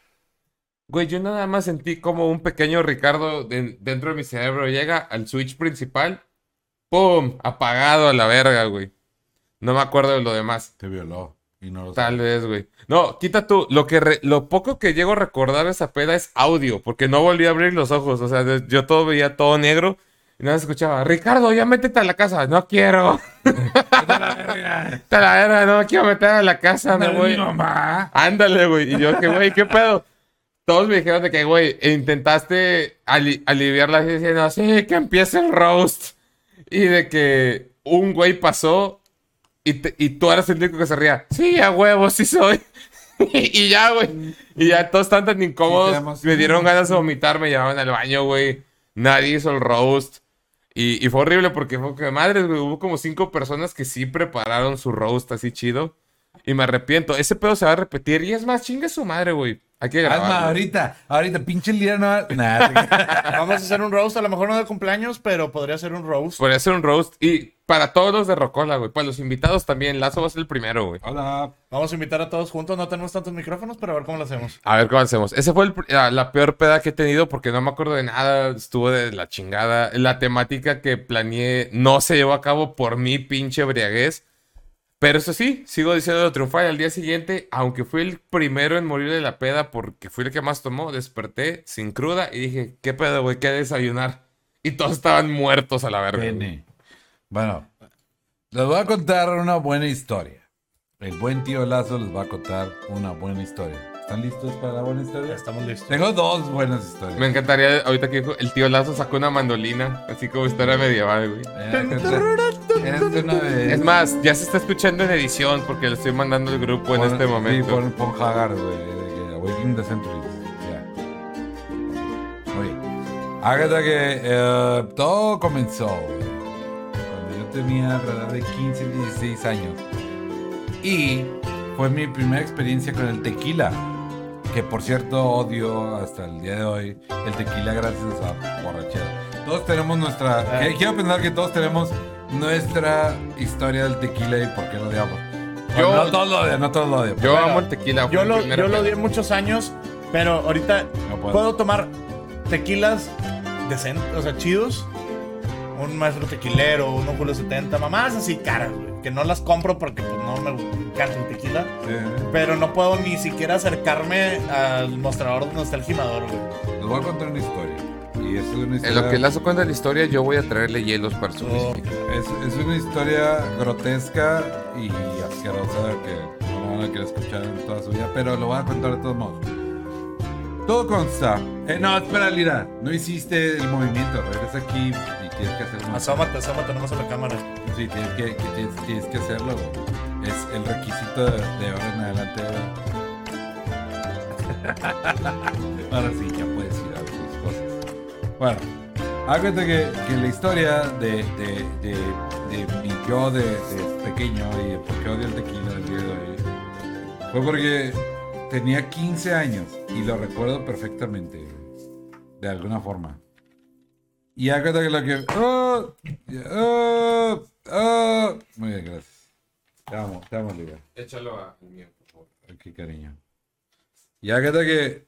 Güey, yo nada más sentí como un pequeño Ricardo dentro de mi cerebro llega al switch principal. ¡Pum! Apagado a la verga, güey. No me acuerdo de lo demás. Te violó. Y no lo Tal sabes. vez, güey. No, quita tú. Lo poco que llego a recordar de esa peda es audio, porque no volví a abrir los ojos. O sea, yo todo veía todo negro y nada más escuchaba, Ricardo, ya métete a la casa. No quiero. Te la verga, no me quiero meter a la casa, me voy. Mamá. Ándale, güey. Y yo, que güey, ¿qué pedo? Todos me dijeron de que, güey, intentaste aliviar la diciendo, sí, que empiece el roast. Y de que un güey pasó y tú eras el único que se ría. Sí, a huevo, sí soy. Y ya, güey. Y ya todos están tan incómodos. Me dieron ganas de vomitar, me llevaban al baño, güey. Nadie hizo el roast. Y fue horrible porque fue que, madre, güey, hubo como 5 personas que sí prepararon su roast así chido. Y me arrepiento. Ese pedo se va a repetir. Y es más, chingue su madre, güey. Hay que grabar. Ahorita, pinche Lira no. Nada. Vamos a hacer un roast, a lo mejor no de cumpleaños, pero podría ser un roast. Podría ser un roast. Y para todos los de Rocola, güey. Para los invitados también. Lazo va a ser el primero, güey. Hola. Vamos a invitar a todos juntos, no tenemos tantos micrófonos, pero a ver cómo lo hacemos. A ver cómo hacemos. Ese fue la peor peda que he tenido porque no me acuerdo de nada. Estuvo de la chingada. La temática que planeé no se llevó a cabo por mi pinche briaguez. Pero eso sí, sigo diciendo triunfar. Al día siguiente, aunque fui el primero en morir de la peda porque fui el que más tomó, desperté sin cruda y dije, ¿qué pedo, güey? ¿Qué desayunar? Y todos estaban muertos a la verga. Pene. Bueno, les voy a contar una buena historia. El buen tío Lazo les va a contar una buena historia. ¿Están listos para la buena Ya historia? estamos listos. Tengo 2 buenas historias. Me encantaría, ahorita que dijo, el tío Lazo sacó una mandolina, así como historia medieval, güey. Érase una vez. Es más, ya se está escuchando en edición porque le estoy mandando al grupo en este momento. Sí, pon Hagar, güey. de que Awakening the Centuries. Ya. Oye, hágate que todo comenzó, güey, cuando yo tenía alrededor de 15, 16 años. Y fue mi primera experiencia con el tequila. Que por cierto odio hasta el día de hoy el tequila gracias a borrachera. Todos tenemos nuestra... Quiero pensar que todos tenemos nuestra historia del tequila y por qué lo odiamos. Yo- No todos lo odian, no todos lo odian. Yo Bueno, amo el tequila. fue Yo mi lo primera peda. odié muchos años, pero ahorita No puedo. puedo tomar tequilas decentes, o sea, chidos. Un maestro tequilero, un Julio 70, mamás así caras, güey. Que no las compro porque pues, no me encanta el tequila. Sí. Pero no puedo ni siquiera acercarme al mostrador donde está el gimador, güey. Les voy a contar una historia. Y es una En historia... lo que Lazo cuenta la historia, yo voy a traerle hielos para su Oh. whisky. Es una historia grotesca y asquerosa que no van a querer escuchar en toda su vida, pero lo voy a contar de todos modos. Todo consta. No, espera, Lira. No hiciste el movimiento. Regresa aquí y tienes que hacerlo. Asómate nomás a la cámara. Sí, tienes que hacerlo. Es el requisito de ahora en adelante. Ahora sí, ya puedes ir. Bueno, haz cuenta que la historia de mi yo de pequeño y de por qué odio el tequila el día de hoy fue porque tenía 15 años y lo recuerdo perfectamente, de alguna forma. Y haz cuenta que lo que... Muy bien, gracias. Te amo, Liga. Échalo a mío, por favor. Qué cariño. Y haz cuenta que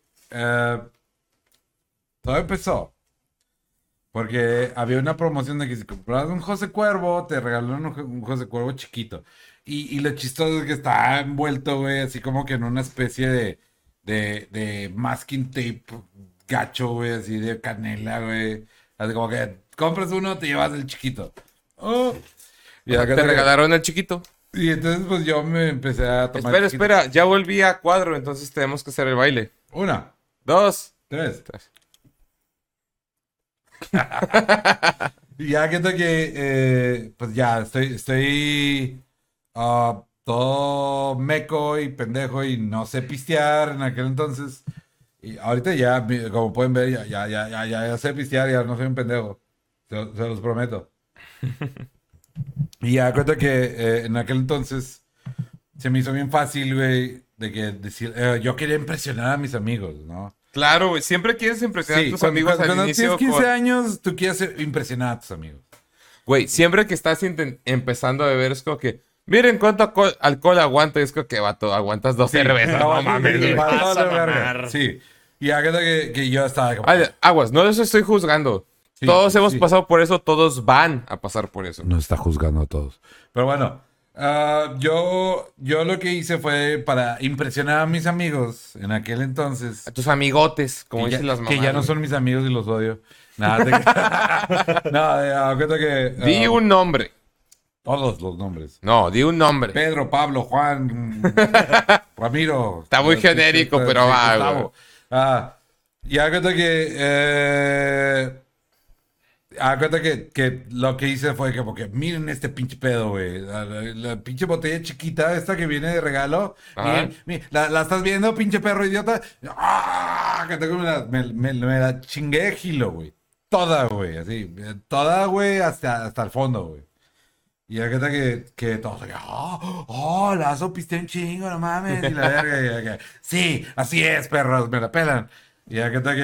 todo empezó porque había una promoción de que si comprabas un José Cuervo, te regalaron un José Cuervo chiquito. Y lo chistoso es que está envuelto, güey, así como que en una especie de masking tape gacho, güey, así de canela, güey. Así como que compras uno, te llevas el chiquito. Oh. Y acá Te regalaron el chiquito. Y entonces, pues yo me empecé a tomar. Espera, ya volví a cuadro, entonces tenemos que hacer el baile. 1, 2, 3. Y ya que pues ya estoy todo meco y pendejo y no sé pistear en aquel entonces. Y ahorita ya, como pueden ver, ya sé pistear, ya no soy un pendejo. Se los prometo. Y ya cuenta que en aquel entonces se me hizo bien fácil, güey, de que decir, yo quería impresionar a mis amigos, ¿no? Claro, güey. Siempre quieres impresionar a tus cuando, amigos cuando al inicio. tienes 15 años, tú quieres impresionar a tus amigos. Güey, siempre que estás empezando a beber es como que... Miren cuánto alcohol aguanto. Y es como que, vato, aguantas 2 cervezas. No mames, güey. Vas a mamar. Sí. Y hágata que yo estaba como... Ay, aguas, no los estoy juzgando. Sí, todos hemos sí. pasado por eso, todos van a pasar por eso. No está juzgando a todos. Pero bueno, yo lo que hice fue para impresionar a mis amigos en aquel entonces. A tus amigotes, como Que dicen las mamás. que ya no güey. son mis amigos y los odio. Nada, no, cuenta que... Di un nombre. Todos los nombres. No, di un nombre. Pedro, Pablo, Juan, Ramiro. Está muy genérico, pero va, Gustavo. Y haz cuenta que... haz cuenta que lo que hice fue que, porque miren este pinche pedo, güey. La pinche botella chiquita, esta que viene de regalo. Ajá. Miren, ¿la estás viendo, pinche perro idiota? Que tengo me la chingué de gilo, güey. Toda, güey, así. Toda, güey, hasta el fondo, güey. Y haz cuenta que todos, Lazo pisté un chingo, no mames. Y la verga, sí, así es, perros, me la pelan. Y haz cuenta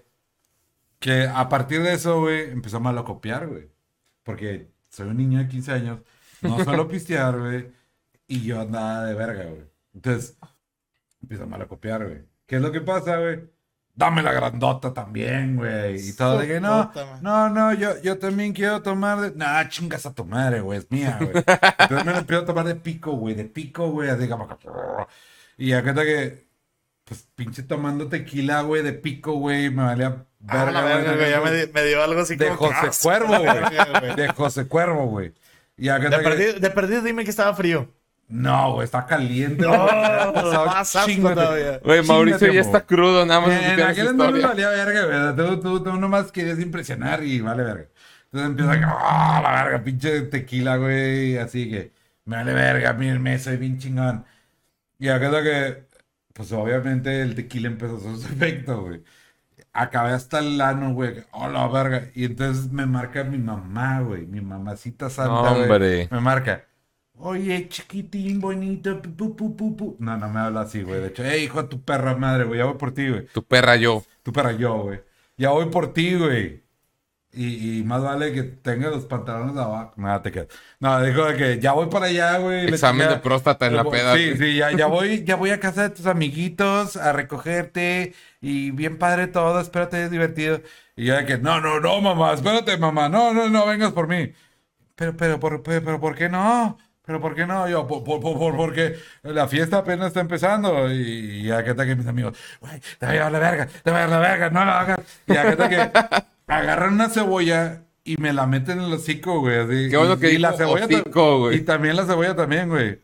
que a partir de eso, güey, empezó a malacopiar, güey. Porque soy un niño de 15 años, no suelo pistear, güey, y yo andaba de verga, güey. Entonces, empiezo a malacopiar, güey. ¿Qué es lo que pasa, güey? Dame la grandota también, güey. Y todo de que no, yo también quiero tomar de... No, chingas a tu madre, güey, es mía, güey. Entonces me la empiezo a tomar de pico, güey, así como que... Y acá que... Pues pinche tomando tequila, güey, de pico, güey, me valía La verga, güey. Ya me dio algo así de como... José Cuervo, güey. De José Cuervo, güey. Y acá De perdido, dime que estaba frío. No, güey, está caliente. No, más asco todavía. Güey, Mauricio ya Chíngate, está crudo, nada más. En escuchar esa aquel entonces historia. valía verga, güey. Tú nomás querías impresionar y vale verga. Entonces empieza la verga, pinche tequila, güey. Así que, me vale verga, mírenme, soy bien chingón. Y acá es lo que, pues obviamente el tequila empezó a hacer su efecto, güey. Acabé hasta el ano, güey. Oh, la verga. Y entonces me marca mi mamá, güey. Mi mamacita santa, güey. Hombre. Me marca. Oye, chiquitín, bonito. Pu. No me habla así, güey. De hecho, hijo de tu perra madre, güey. Ya voy por ti, güey. Tu perra yo. Tu perra yo, güey. Ya voy por ti, güey. Y más vale que tenga los pantalones abajo. Nada, te quedas. No, dijo de que ya voy para allá, güey. Examen de próstata en la peda. Sí, ya voy a casa de tus amiguitos a recogerte. Y bien padre todo, espero te hayas divertido. Y yo de que, no, mamá, espérate, mamá. No, vengas por mí. Pero, ¿por qué no? ¿Pero por qué no? Yo, porque la fiesta apenas está empezando. Y acá está que mis amigos, güey, te voy a dar la verga, no la hagas. Y acá está que agarran una cebolla y me la meten en el hocico, güey. Así. Qué bueno que y la dijo cebolla hocico, güey. y también la cebolla también, güey.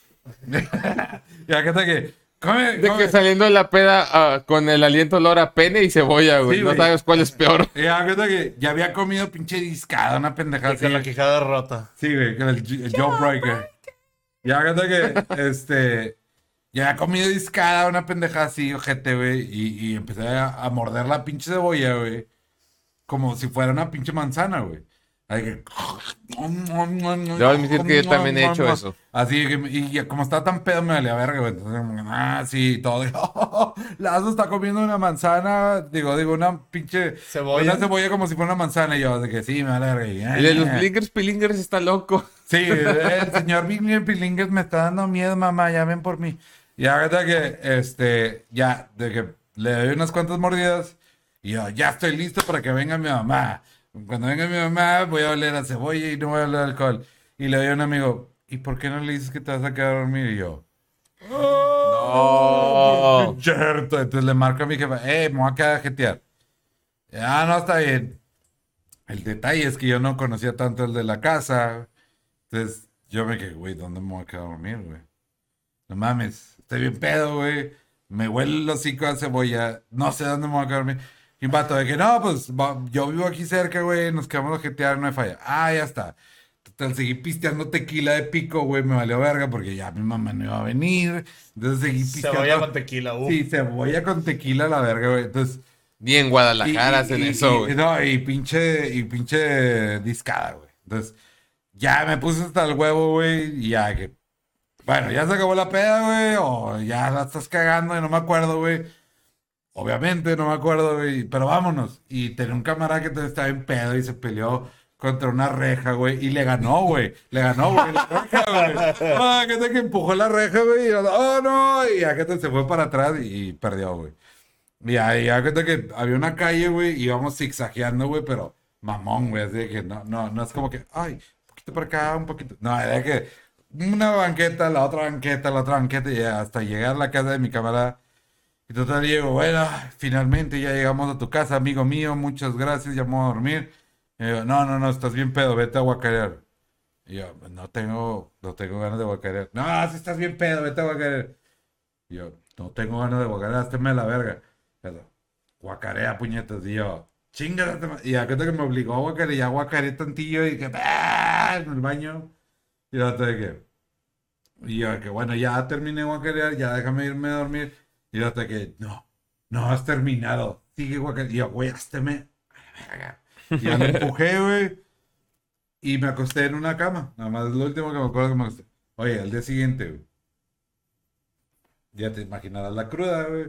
Y acá está que, come. De que saliendo de la peda con el aliento olor a pene y cebolla, güey. Sí, No güey. sabes cuál es peor. Y acá está que ya había comido pinche discada, una pendejada Y con la quijada rota. Sí, güey, con el Jawbreaker. Y hágate que, ya he comido discada, una pendejada así, ojete, güey, y empecé a morder la pinche cebolla, güey. como si fuera una pinche manzana, güey. Ahí que... Debo admitir que yo también he hecho eso. Así que, y como estaba tan pedo, me valía verga, güey. Entonces, sí, todo. Lazo está comiendo una manzana, digo, una pinche... ¿Cebolla? Una cebolla como si fuera una manzana. Y yo, de que sí, me vale verga. El de los Blingers Pilingers está loco. Sí, el señor Bingler Pilingues me está dando miedo, mamá, ya ven por mí. Y ahorita que, ya, de que le doy unas cuantas mordidas, y yo, ya estoy listo para que venga mi mamá. Cuando venga mi mamá, voy a oler a cebolla y no voy a oler a alcohol. Y le doy a un amigo, ¿y por qué no le dices que te vas a quedar a dormir? Y yo, No. qué cierto. Entonces le marco a mi jefa, me voy a quedar a jetear. Ah, no, está bien. El detalle es que yo no conocía tanto el de la casa. Entonces yo me quedé, güey, ¿dónde me voy a quedar a dormir, güey? No mames, estoy bien pedo, güey. Me huele el hocico a cebolla. No sé dónde me voy a quedar a dormir. Y un vato de que, no, pues yo vivo aquí cerca, güey. Nos quedamos a jetear, no hay falla. Ah, ya está. Total, seguí pisteando tequila de pico, güey. Me valió verga porque ya mi mamá no iba a venir. Entonces seguí pisteando. Cebolla con tequila, Sí, cebolla con tequila, la verga, güey. Entonces... Ni en Guadalajara hacen eso, güey. No, y pinche discada, güey. Entonces, ya me puse hasta el huevo, güey, y ya que... Bueno, ya se acabó la peda, güey, o ya la estás cagando y no me acuerdo, güey. Obviamente no me acuerdo, güey, pero vámonos. Y tenía un camarada que estaba en pedo y se peleó contra una reja, güey, y le ganó, güey. Le ganó, güey, la reja, güey. Ah, que te que empujó la reja, güey, y oh, no, y ya que se fue para atrás y perdió, güey. Y ahí, ya que había una calle, güey, y íbamos zigzagueando, güey, pero mamón, güey, así de que no es como que, ay, un poquito por acá, un poquito. No, era que una banqueta, la otra banqueta, la otra banqueta, y hasta llegar a la casa de mi camarada. Y total, llego, bueno, finalmente ya llegamos a tu casa, amigo mío, muchas gracias, ya me voy a dormir. Y yo, no, estás bien pedo, vete a guacarear. Y yo, no tengo ganas de guacarear. No, si estás bien pedo, vete a guacarear. Y yo, no tengo ganas de guacarear, hazme la verga. Guacarea, puñetas, y yo, chingada. Y acá que me obligó a guacarear, ya guacareé tantillo y que, ¡ah! En el baño. Y yo, y yo, que bueno, ya terminé de guacarear, ya déjame irme a dormir. Y yo, no has terminado, sigue guacareando. Y yo, güey, hazme. Y ya lo empujé, güey, y me acosté en una cama. Nada más es lo último que me acuerdo que me acosté. Oye, al día siguiente, güey, ya te imaginarás la cruda, güey.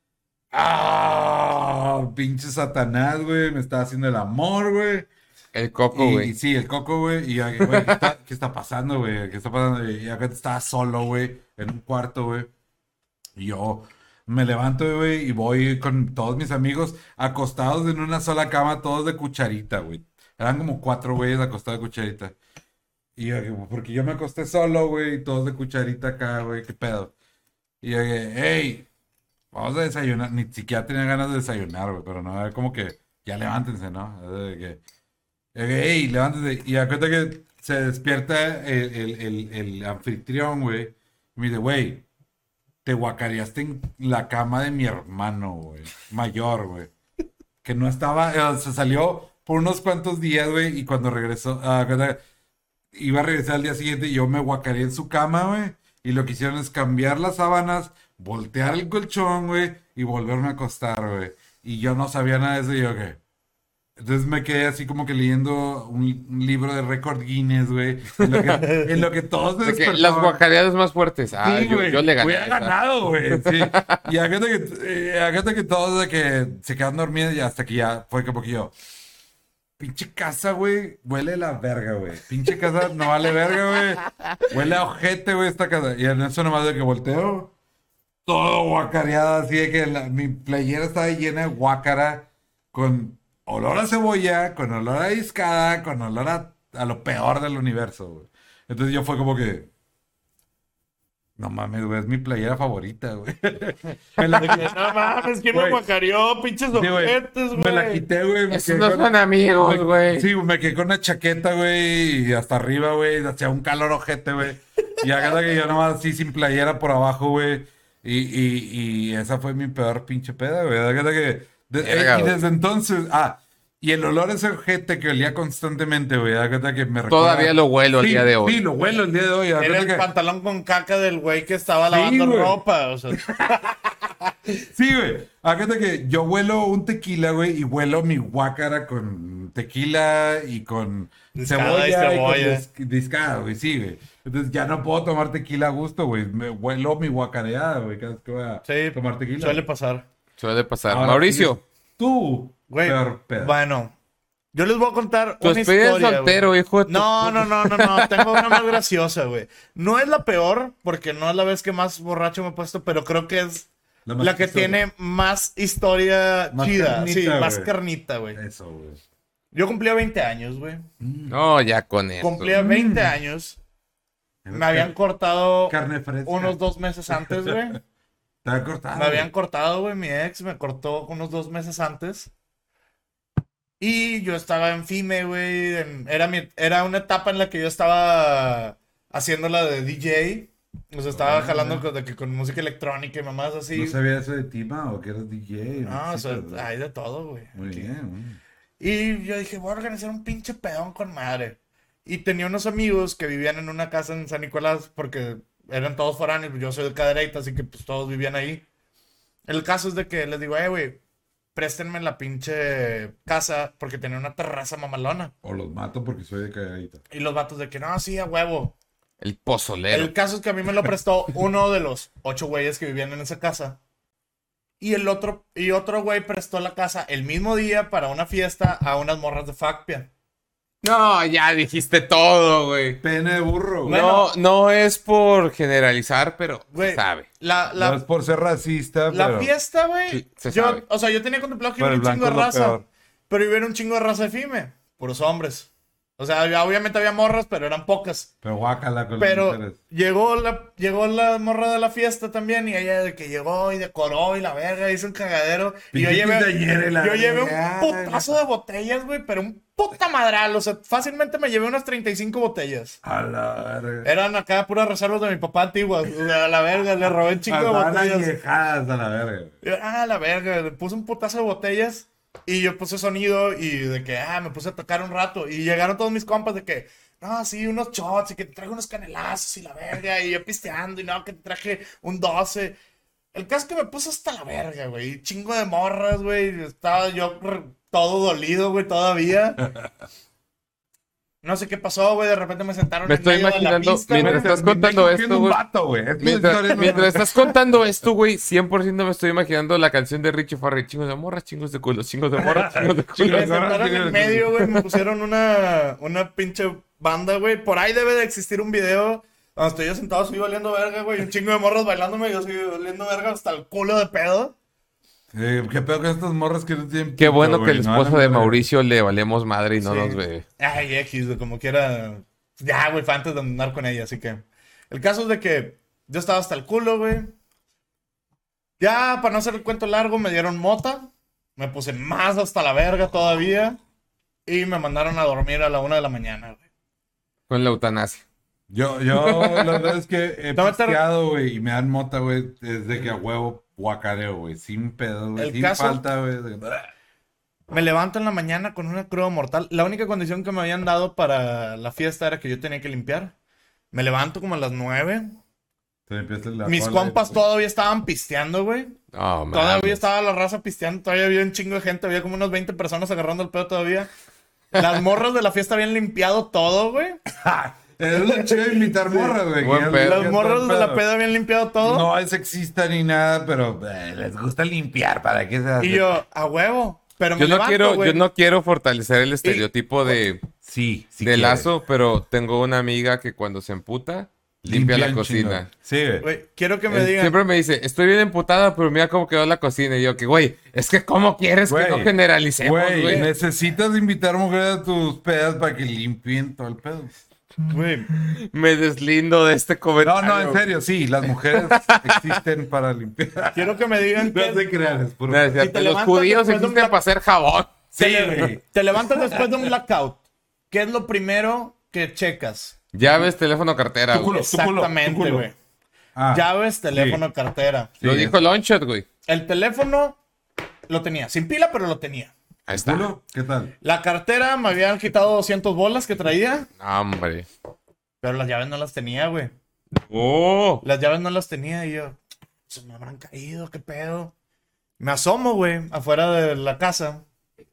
¡Ah! Pinche Satanás, güey. Me estaba haciendo el amor, güey. El coco, güey. Y sí, el coco, güey. Y, güey, ¿qué está pasando, güey? ¿Qué está pasando? Y acá estaba solo, güey, en un cuarto, güey. Y yo me levanto, güey, y voy con todos mis amigos acostados en una sola cama, todos de cucharita, güey. Eran como 4 güeyes acostados de cucharita. Y yo, porque yo me acosté solo, güey, y todos de cucharita acá, güey, ¿qué pedo? Y yo, hey, vamos a desayunar. Ni siquiera tenía ganas de desayunar, güey, pero no, era como que ya levántense, ¿no? Hey, levántense. Y acuérdate que se despierta el anfitrión, güey. Y me dice, güey, te guacareaste en la cama de mi hermano, güey, mayor, güey. Que no estaba, se salió por unos cuantos días, güey, y cuando regresó, iba a regresar al día siguiente y yo me guacareé en su cama, güey. Y lo que hicieron es cambiar las sábanas, voltear el colchón, güey, y volverme a acostar, güey. Y yo no sabía nada de eso, y yo, ¿qué? Entonces me quedé así como que leyendo un libro de récord Guinness, güey. En lo que todos se Porque despertaban. las guacareadas más fuertes. Ah, Sí, güey. yo le gané. Hubiera ganado, güey. Sí. Y fíjate que todos de que se quedan dormidos y hasta que ya fue como que yo. Pinche casa, güey, huele la verga, güey. Pinche casa no vale verga, güey. Huele a ojete, güey, esta casa. Y en eso nomás de que volteo, todo guacareado, así de que mi playera estaba llena de guácara, con olor a cebolla, con olor a discada, con olor a lo peor del universo, güey. Entonces yo fue como que, no mames, güey, es mi playera favorita, güey. No mames, ¿quién me Güey. guacareó? Pinches Sí, güey. ojetes, güey. Me la quité, güey. me Esos quedé no son amigos, güey. Sí, me quedé con una chaqueta, güey, y hasta arriba, güey, hacía un calor ojete, güey. Y acá que yo nomás así sin playera por abajo, güey. Y esa fue mi peor pinche peda, güey. Acá Verga, y güey. desde entonces, y el olor a ese ojete que olía constantemente, güey. Acá que me recuerda. Todavía lo huelo el Sí, día de hoy. Sí, lo huelo el día de hoy. Era Acá el que... pantalón con caca del güey que estaba Sí, lavando güey. ropa, o sea. Sí, güey. Acuérdate que yo huelo un tequila, güey, y huelo mi guácara con tequila y con Discada y cebolla y con cebolla. discada, güey. Sí, güey. Entonces ya no puedo tomar tequila a gusto, güey. Me huelo mi guacareada, güey, cada vez que voy a Sí, tomar tequila. suele pasar. Suele pasar. Ahora, Mauricio, tú, Güey, peor pedo. bueno, yo les voy a contar tu una despedida de historia, soltero, güey. hijo de tu No, puta- no, tengo una más graciosa, güey. No es la peor, porque no es la vez que más borracho me he puesto, pero creo que es La más la que chistosa. tiene más historia Más chida. carnita, Sí, más güey. carnita, güey. Eso, güey. Yo cumplía 20 años, güey. No, ya con eso. Cumplía 20 años. Me habían cortado Carne fresca. unos 2 meses antes, güey. Te había cortado. Me habían cortado, güey. Mi ex me cortó unos 2 meses antes. Y yo estaba en FIME, güey. Era una etapa en la que yo estaba haciendo la de DJ. O sea, estaba jalando con música electrónica y mamás así. ¿No sabía eso de Tima o que eras DJ? No, o sea, necesitas, güey. hay de todo, güey. Muy Aquí. bien, Y yo dije, voy a organizar un pinche pedón con madre. Y tenía unos amigos que vivían en una casa en San Nicolás porque eran todos foráneos. Yo soy de Cadereyta, así que pues todos vivían ahí. El caso es de que les digo, güey, préstenme la pinche casa porque tenía una terraza mamalona. O los mato porque soy de calladita. Y los vatos de que, no, sí, a huevo. El pozolero. El caso es que a mí me lo prestó uno de los 8 güeyes que vivían en esa casa. Y otro güey prestó la casa el mismo día para una fiesta a unas morras de Facpia. No, ya dijiste todo, güey. Pene de burro, güey. Bueno. No es por generalizar, pero Güey, se sabe. No es por ser racista, La pero... fiesta, güey. Sí, se sabe. O sea, yo tenía contemplado que Pero iba el un chingo de blanco es lo raza. peor. Pero iba un chingo de raza de FIME. Puros hombres. O sea, obviamente había morras, pero eran pocas. Pero guácala con las Pero mujeres. llegó la morra de la fiesta también. Y ella de que llegó y decoró y la verga hizo un cagadero. Y yo Pinche llevé, quinceañera y la yo llevé verga. un putazo de botellas, güey. Pero un puta madral. O sea, fácilmente me llevé unas 35 botellas. A la verga. Eran acá puras reservas de mi papá antiguas. O sea, a la verga, le robé un chingo de Estaban botellas. añejadas a la verga. La verga, le puse un putazo de botellas y yo puse sonido y de que, me puse a tocar un rato y llegaron todos mis compas de que, no, sí, unos shots y que te traigo unos canelazos y la verga y yo pisteando y no, que te traje un 12. El caso es que me puse hasta la verga, güey, chingo de morras, güey, estaba yo todo dolido, güey, todavía. No sé qué pasó, güey, de repente me sentaron Me en estoy medio de la imaginando, pista, mientras güey. estás contando esto, güey. Mientras estás contando esto, güey, 100% me estoy imaginando la canción de Richie Farrell. Chingos de morras, chingos de culo, chingos de morras, chingos de Me culo. sentaron en medio, güey. Me pusieron una pinche banda, güey. Por ahí debe de existir un video donde estoy yo sentado así valiendo verga, güey. Un chingo de morros bailándome y yo así valiendo verga hasta el culo de pedo. Qué peor que estas morras que no tienen Qué pito, bueno que güey, el no esposo van a de ver. Mauricio le valemos madre y no Sí. nos ve. Ay, X, güey, como quiera. Ya, güey, fue antes de andar con ella, así que. El caso es de que yo estaba hasta el culo, güey. Ya, para no hacer el cuento largo, me dieron mota. Me puse más hasta la verga todavía. Y me mandaron a dormir a la 1 de la mañana, güey. Con la eutanasia. Yo, la verdad es que he No me tar- pisteado, güey, y me dan mota, güey, desde que a huevo guacareo, güey, sin pedo, güey, El sin caso- falta, güey. Me levanto en la mañana con una cruda mortal. La única condición que me habían dado para la fiesta era que yo tenía que limpiar. Me levanto como a las 9. Te empieza la Mis cola, compas güey. todavía estaban pisteando, güey. No, Todavía mames. estaba la raza pisteando. Todavía había un chingo de gente. Había como unas 20 personas agarrando el pedo todavía. Las morras de la fiesta habían limpiado todo, güey. Es lo chido de invitar morras, güey. Buen que ya- pedo. ya Las todo morras el de la pedo. peda habían limpiado todo. No es sexista ni nada, pero les gusta limpiar, ¿para qué se hace? Y yo, a huevo. Pero me Yo no levanto, quiero, güey. yo no quiero fortalecer el estereotipo de Sí, sí de quiere. Lazo, pero tengo una amiga que cuando se emputa, limpia la un cocina. chingo. Sí, güey. Güey, quiero que me digan. Siempre me dice, estoy bien emputada, pero mira cómo quedó la cocina. Y yo, que güey, es que ¿cómo quieres que Güey, no generalicemos, Güey, güey? necesitas invitar mujeres a tus pedas para que limpien todo el pedo. Güey, Me deslindo de este comentario. No, en serio, sí, las mujeres existen para limpiar. quiero que me digan No que te creas, es puro- No, es cierto, Si te los levantas judíos después de un existen para hacer jabón. Sí, te, güey. te levantas después de un blackout. ¿Qué es lo primero que checas? Llaves, teléfono, cartera, Tu culo. güey. Exactamente, güey. Ah, Llaves, teléfono, cartera. sí, Lo dijo Longshot, güey. El teléfono lo tenía, sin pila, pero lo tenía. Ahí está. ¿Culo? ¿Qué tal? La cartera me habían quitado 200 bolas que traía, No, hombre. pero las llaves no las tenía, güey. Oh. Las llaves no las tenía y yo, se me habrán caído, qué pedo. Me asomo, güey, afuera de la casa.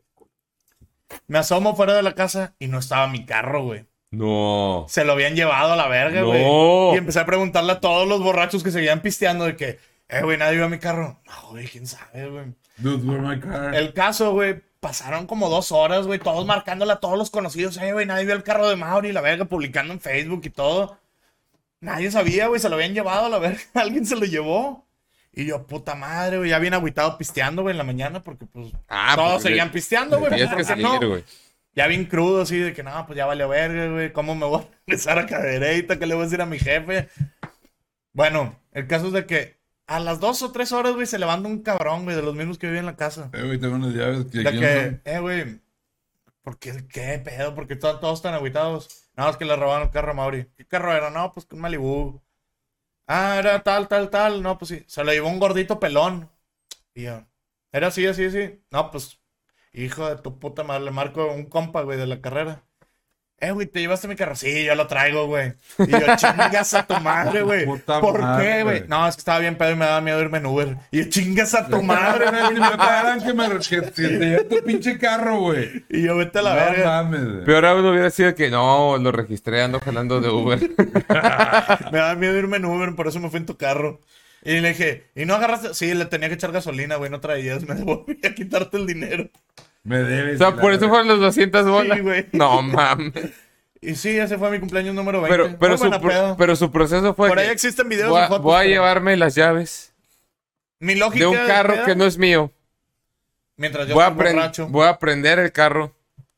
Me asomo fuera de la casa y no estaba mi carro, güey. No. Se lo habían llevado a la verga, güey. No. Y empecé a preguntarle a todos los borrachos que seguían pisteando de que, güey, nadie vio a mi carro. No, güey, quién sabe, güey. Dude, where my car? El caso, güey, pasaron como 2 horas, güey, todos marcándole a todos los conocidos. Güey, nadie vio el carro de Mauri, la verga, publicando en Facebook y todo. Nadie sabía, güey, se lo habían llevado a la verga. Alguien se lo llevó. Y yo, puta madre, güey, ya bien agüitado pisteando, güey, en la mañana, porque pues todos porque seguían pisteando, güey. tienes ¿Por que qué salir, no? güey. Ya bien crudo, así, de que no, pues ya valió verga, güey. ¿Cómo me voy a regresar a Cadereyta? ¿Qué le voy a decir a mi jefe? Bueno, el caso es de que a las 2 o 3 horas, güey, se levanta un cabrón, güey, de los mismos que viven en la casa. Güey, tengo unas llaves que De aquí que, güey, ¿por qué pedo? ¿Por qué todos están agüitados? No, es que le robaron el carro a Mauri. ¿Qué carro era? No, pues que un Malibu. Ah, era tal. No, pues sí. Se lo llevó un gordito pelón. Y yo, era así. No, pues, hijo de tu puta madre, le marco un compa, güey, de la carrera. Güey, ¿te llevaste mi carro? Sí, yo lo traigo, güey. Y yo, chingas a tu madre, güey. Puta ¿Por madre, qué, güey? güey. No, es que estaba bien pedo y me daba miedo irme en Uber. Y yo, chingas a tu madre, Ni me güey. pagan que te lleve tu pinche carro, güey. Y yo, vete a la No verga. mames, güey. Peor aún hubiera sido que no, lo registré, ando jalando de Uber. Me daba miedo irme en Uber, por eso me fui en tu carro. Y le dije, ¿y no agarraste? Sí, le tenía que echar gasolina, güey, no traías. Me devolví a quitarte el dinero. Me debes. O sea, por eso fueron los 200 bolas. Sí, güey. No, mames. Y sí, ese fue mi cumpleaños número 20. Pero, Muy buena pedo. pero su proceso fue Por ahí que existen videos voy y a, fotos. voy a pero llevarme las llaves mi lógica de un carro pedo, que no es mío. mientras yo Voy a, estoy borracho. voy a prender el carro.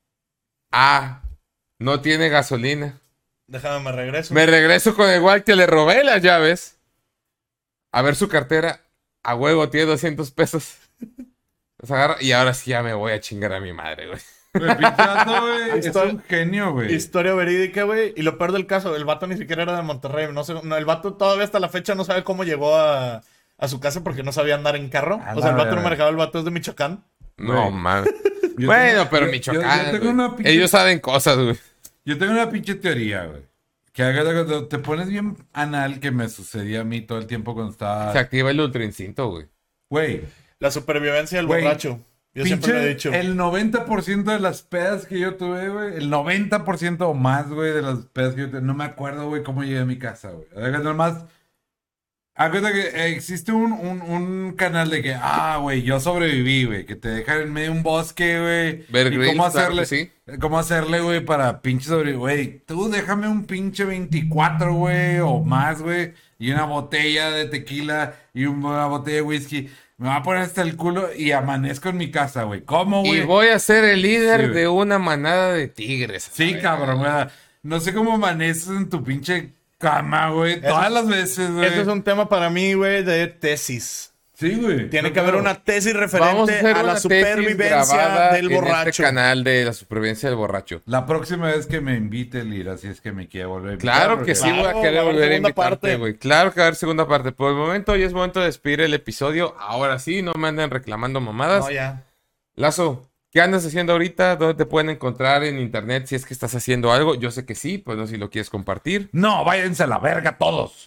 Ah, no tiene gasolina. Déjame, me regreso. Me regreso con el igual que le robé las llaves. A ver su cartera. A huevo, tiene 200 pesos. Los agarra y ahora sí ya me voy a chingar a mi madre, güey. El pinche vato, güey, es Historia- un genio, güey. Historia verídica, güey. Y lo peor del caso, el vato ni siquiera era de Monterrey. No sé, no, el vato todavía hasta la fecha no sabe cómo llegó a su casa porque no sabía andar en carro. A O sea, el la vato no verga. manejaba, el vato es de Michoacán. No, Güey. mames. Yo Bueno, tengo- pero yo- Michoacán. yo tengo güey. una pinche- Ellos saben cosas, güey. Yo tengo una pinche teoría, güey. Que cuando te pones bien anal, que me sucedía a mí todo el tiempo cuando Se estaba... activa el ultra instinto, güey. Güey, La supervivencia del Güey, borracho. Yo siempre lo he pinche, dicho. el 90% de las pedas que yo tuve, güey, el 90% o más, güey, de las pedas que yo tuve, no me acuerdo, güey, cómo llegué a mi casa, güey. Nomás, acuérdate que existe un canal de que, güey, yo sobreviví, güey, que te dejan en medio de un bosque, güey. Bear Y Grylls, cómo claro hacerle, que sí. cómo hacerle, güey, para pinche sobrevivir, güey. Tú déjame un pinche 24, güey, o más, güey, y una botella de tequila y una botella de whisky. Me va a poner hasta el culo y amanezco en mi casa, güey. ¿Cómo, Y güey? voy a ser el líder Sí, güey. de una manada de tigres. Sí, cabrón, güey. No sé cómo amaneces en tu pinche cama, güey. Todas las veces, güey. Ese es un tema para mí, güey, de tesis. Sí, güey. Tiene que haber una tesis referente Vamos a hacer a la una tesis supervivencia grabada del en borracho. este canal de la supervivencia del borracho. La próxima vez que me invite, Lira, si es que me quiere volver a invitar, Claro porque- que sí, Claro, voy a va a querer haber volver a segunda invitarte, parte. güey. Claro que va a haber segunda parte. Por el momento, hoy es momento de despedir el episodio. Ahora sí, no me anden reclamando mamadas. No, ya. Lazo, ¿qué andas haciendo ahorita? ¿Dónde te pueden encontrar en internet si es que estás haciendo algo? Yo sé que sí, pues no sé si lo quieres compartir. No, váyanse a la verga todos.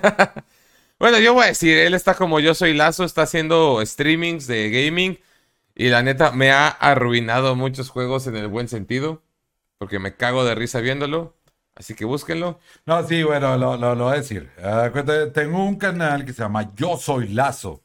Bueno, yo voy a decir, él está como yo soy Lazo, está haciendo streamings de gaming y la neta me ha arruinado muchos juegos en el buen sentido, porque me cago de risa viéndolo, así que búsquenlo. No, sí, bueno, lo voy a decir. Tengo un canal que se llama Yo Soy Lazo.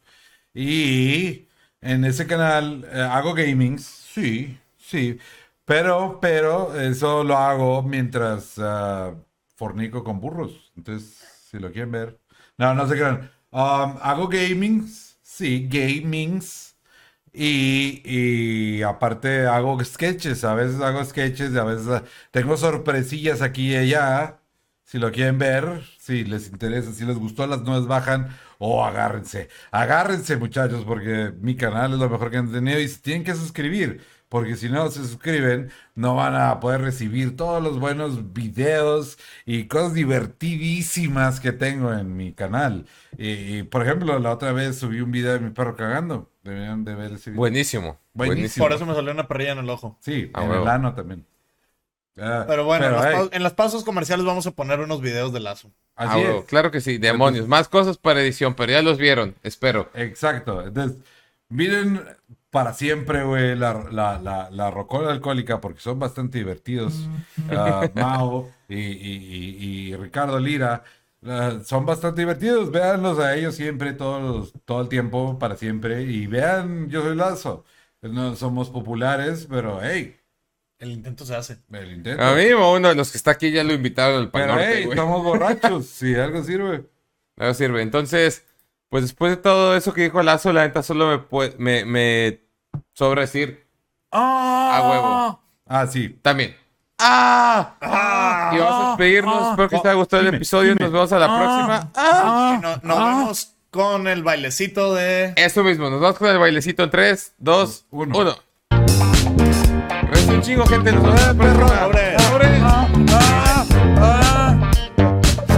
Y en ese canal hago gamings, sí, sí. Pero eso lo hago mientras fornico con burros. Entonces, si lo quieren ver. No se crean. Hago gamings, sí, gamings. Y aparte hago sketches. A veces hago sketches y a veces tengo sorpresillas aquí y allá. Si lo quieren ver, si les interesa, si les gustó, las nuevas bajan. Agárrense. Agárrense, muchachos, porque mi canal es lo mejor que han tenido. Y se tienen que suscribir. Porque si no se suscriben, no van a poder recibir todos los buenos videos y cosas divertidísimas que tengo en mi canal. Y, por ejemplo, la otra vez subí un video de mi perro cagando. Deberían de ver ese video. Buenísimo. Buenísimo. Por eso me salió una perrilla en el ojo. Sí, Ah, en huevo. el ano también. Pero bueno, hey, en las pausas comerciales vamos a poner unos videos de Lazo. así es. Claro que sí, demonios. Más cosas para edición, pero ya los vieron, espero. Exacto. Entonces, miren para siempre, güey, la rocola alcohólica, porque son bastante divertidos. Mao y Ricardo Lira son bastante divertidos. Véanlos a ellos siempre, todo el tiempo, para siempre. Y vean, Yo Soy Lazo. No somos populares, pero hey, El intento se hace. el intento. A mí, uno de los que está aquí ya lo invitaron al Pal Pero Norte, hey, güey. estamos borrachos, si algo sirve. No sirve. Entonces, pues después de todo eso que dijo Lazo, la neta solo me sobra decir a huevo. Ah, sí. También. Y vamos a despedirnos. Espero que te haya gustado el episodio. Nos vemos a la próxima. Y nos vemos con el bailecito de... Eso mismo. Nos vemos con el bailecito en 3, 2, 1. Uno. Resta un chingo, gente. Nos vemos a la próxima. Sobre. Sobre.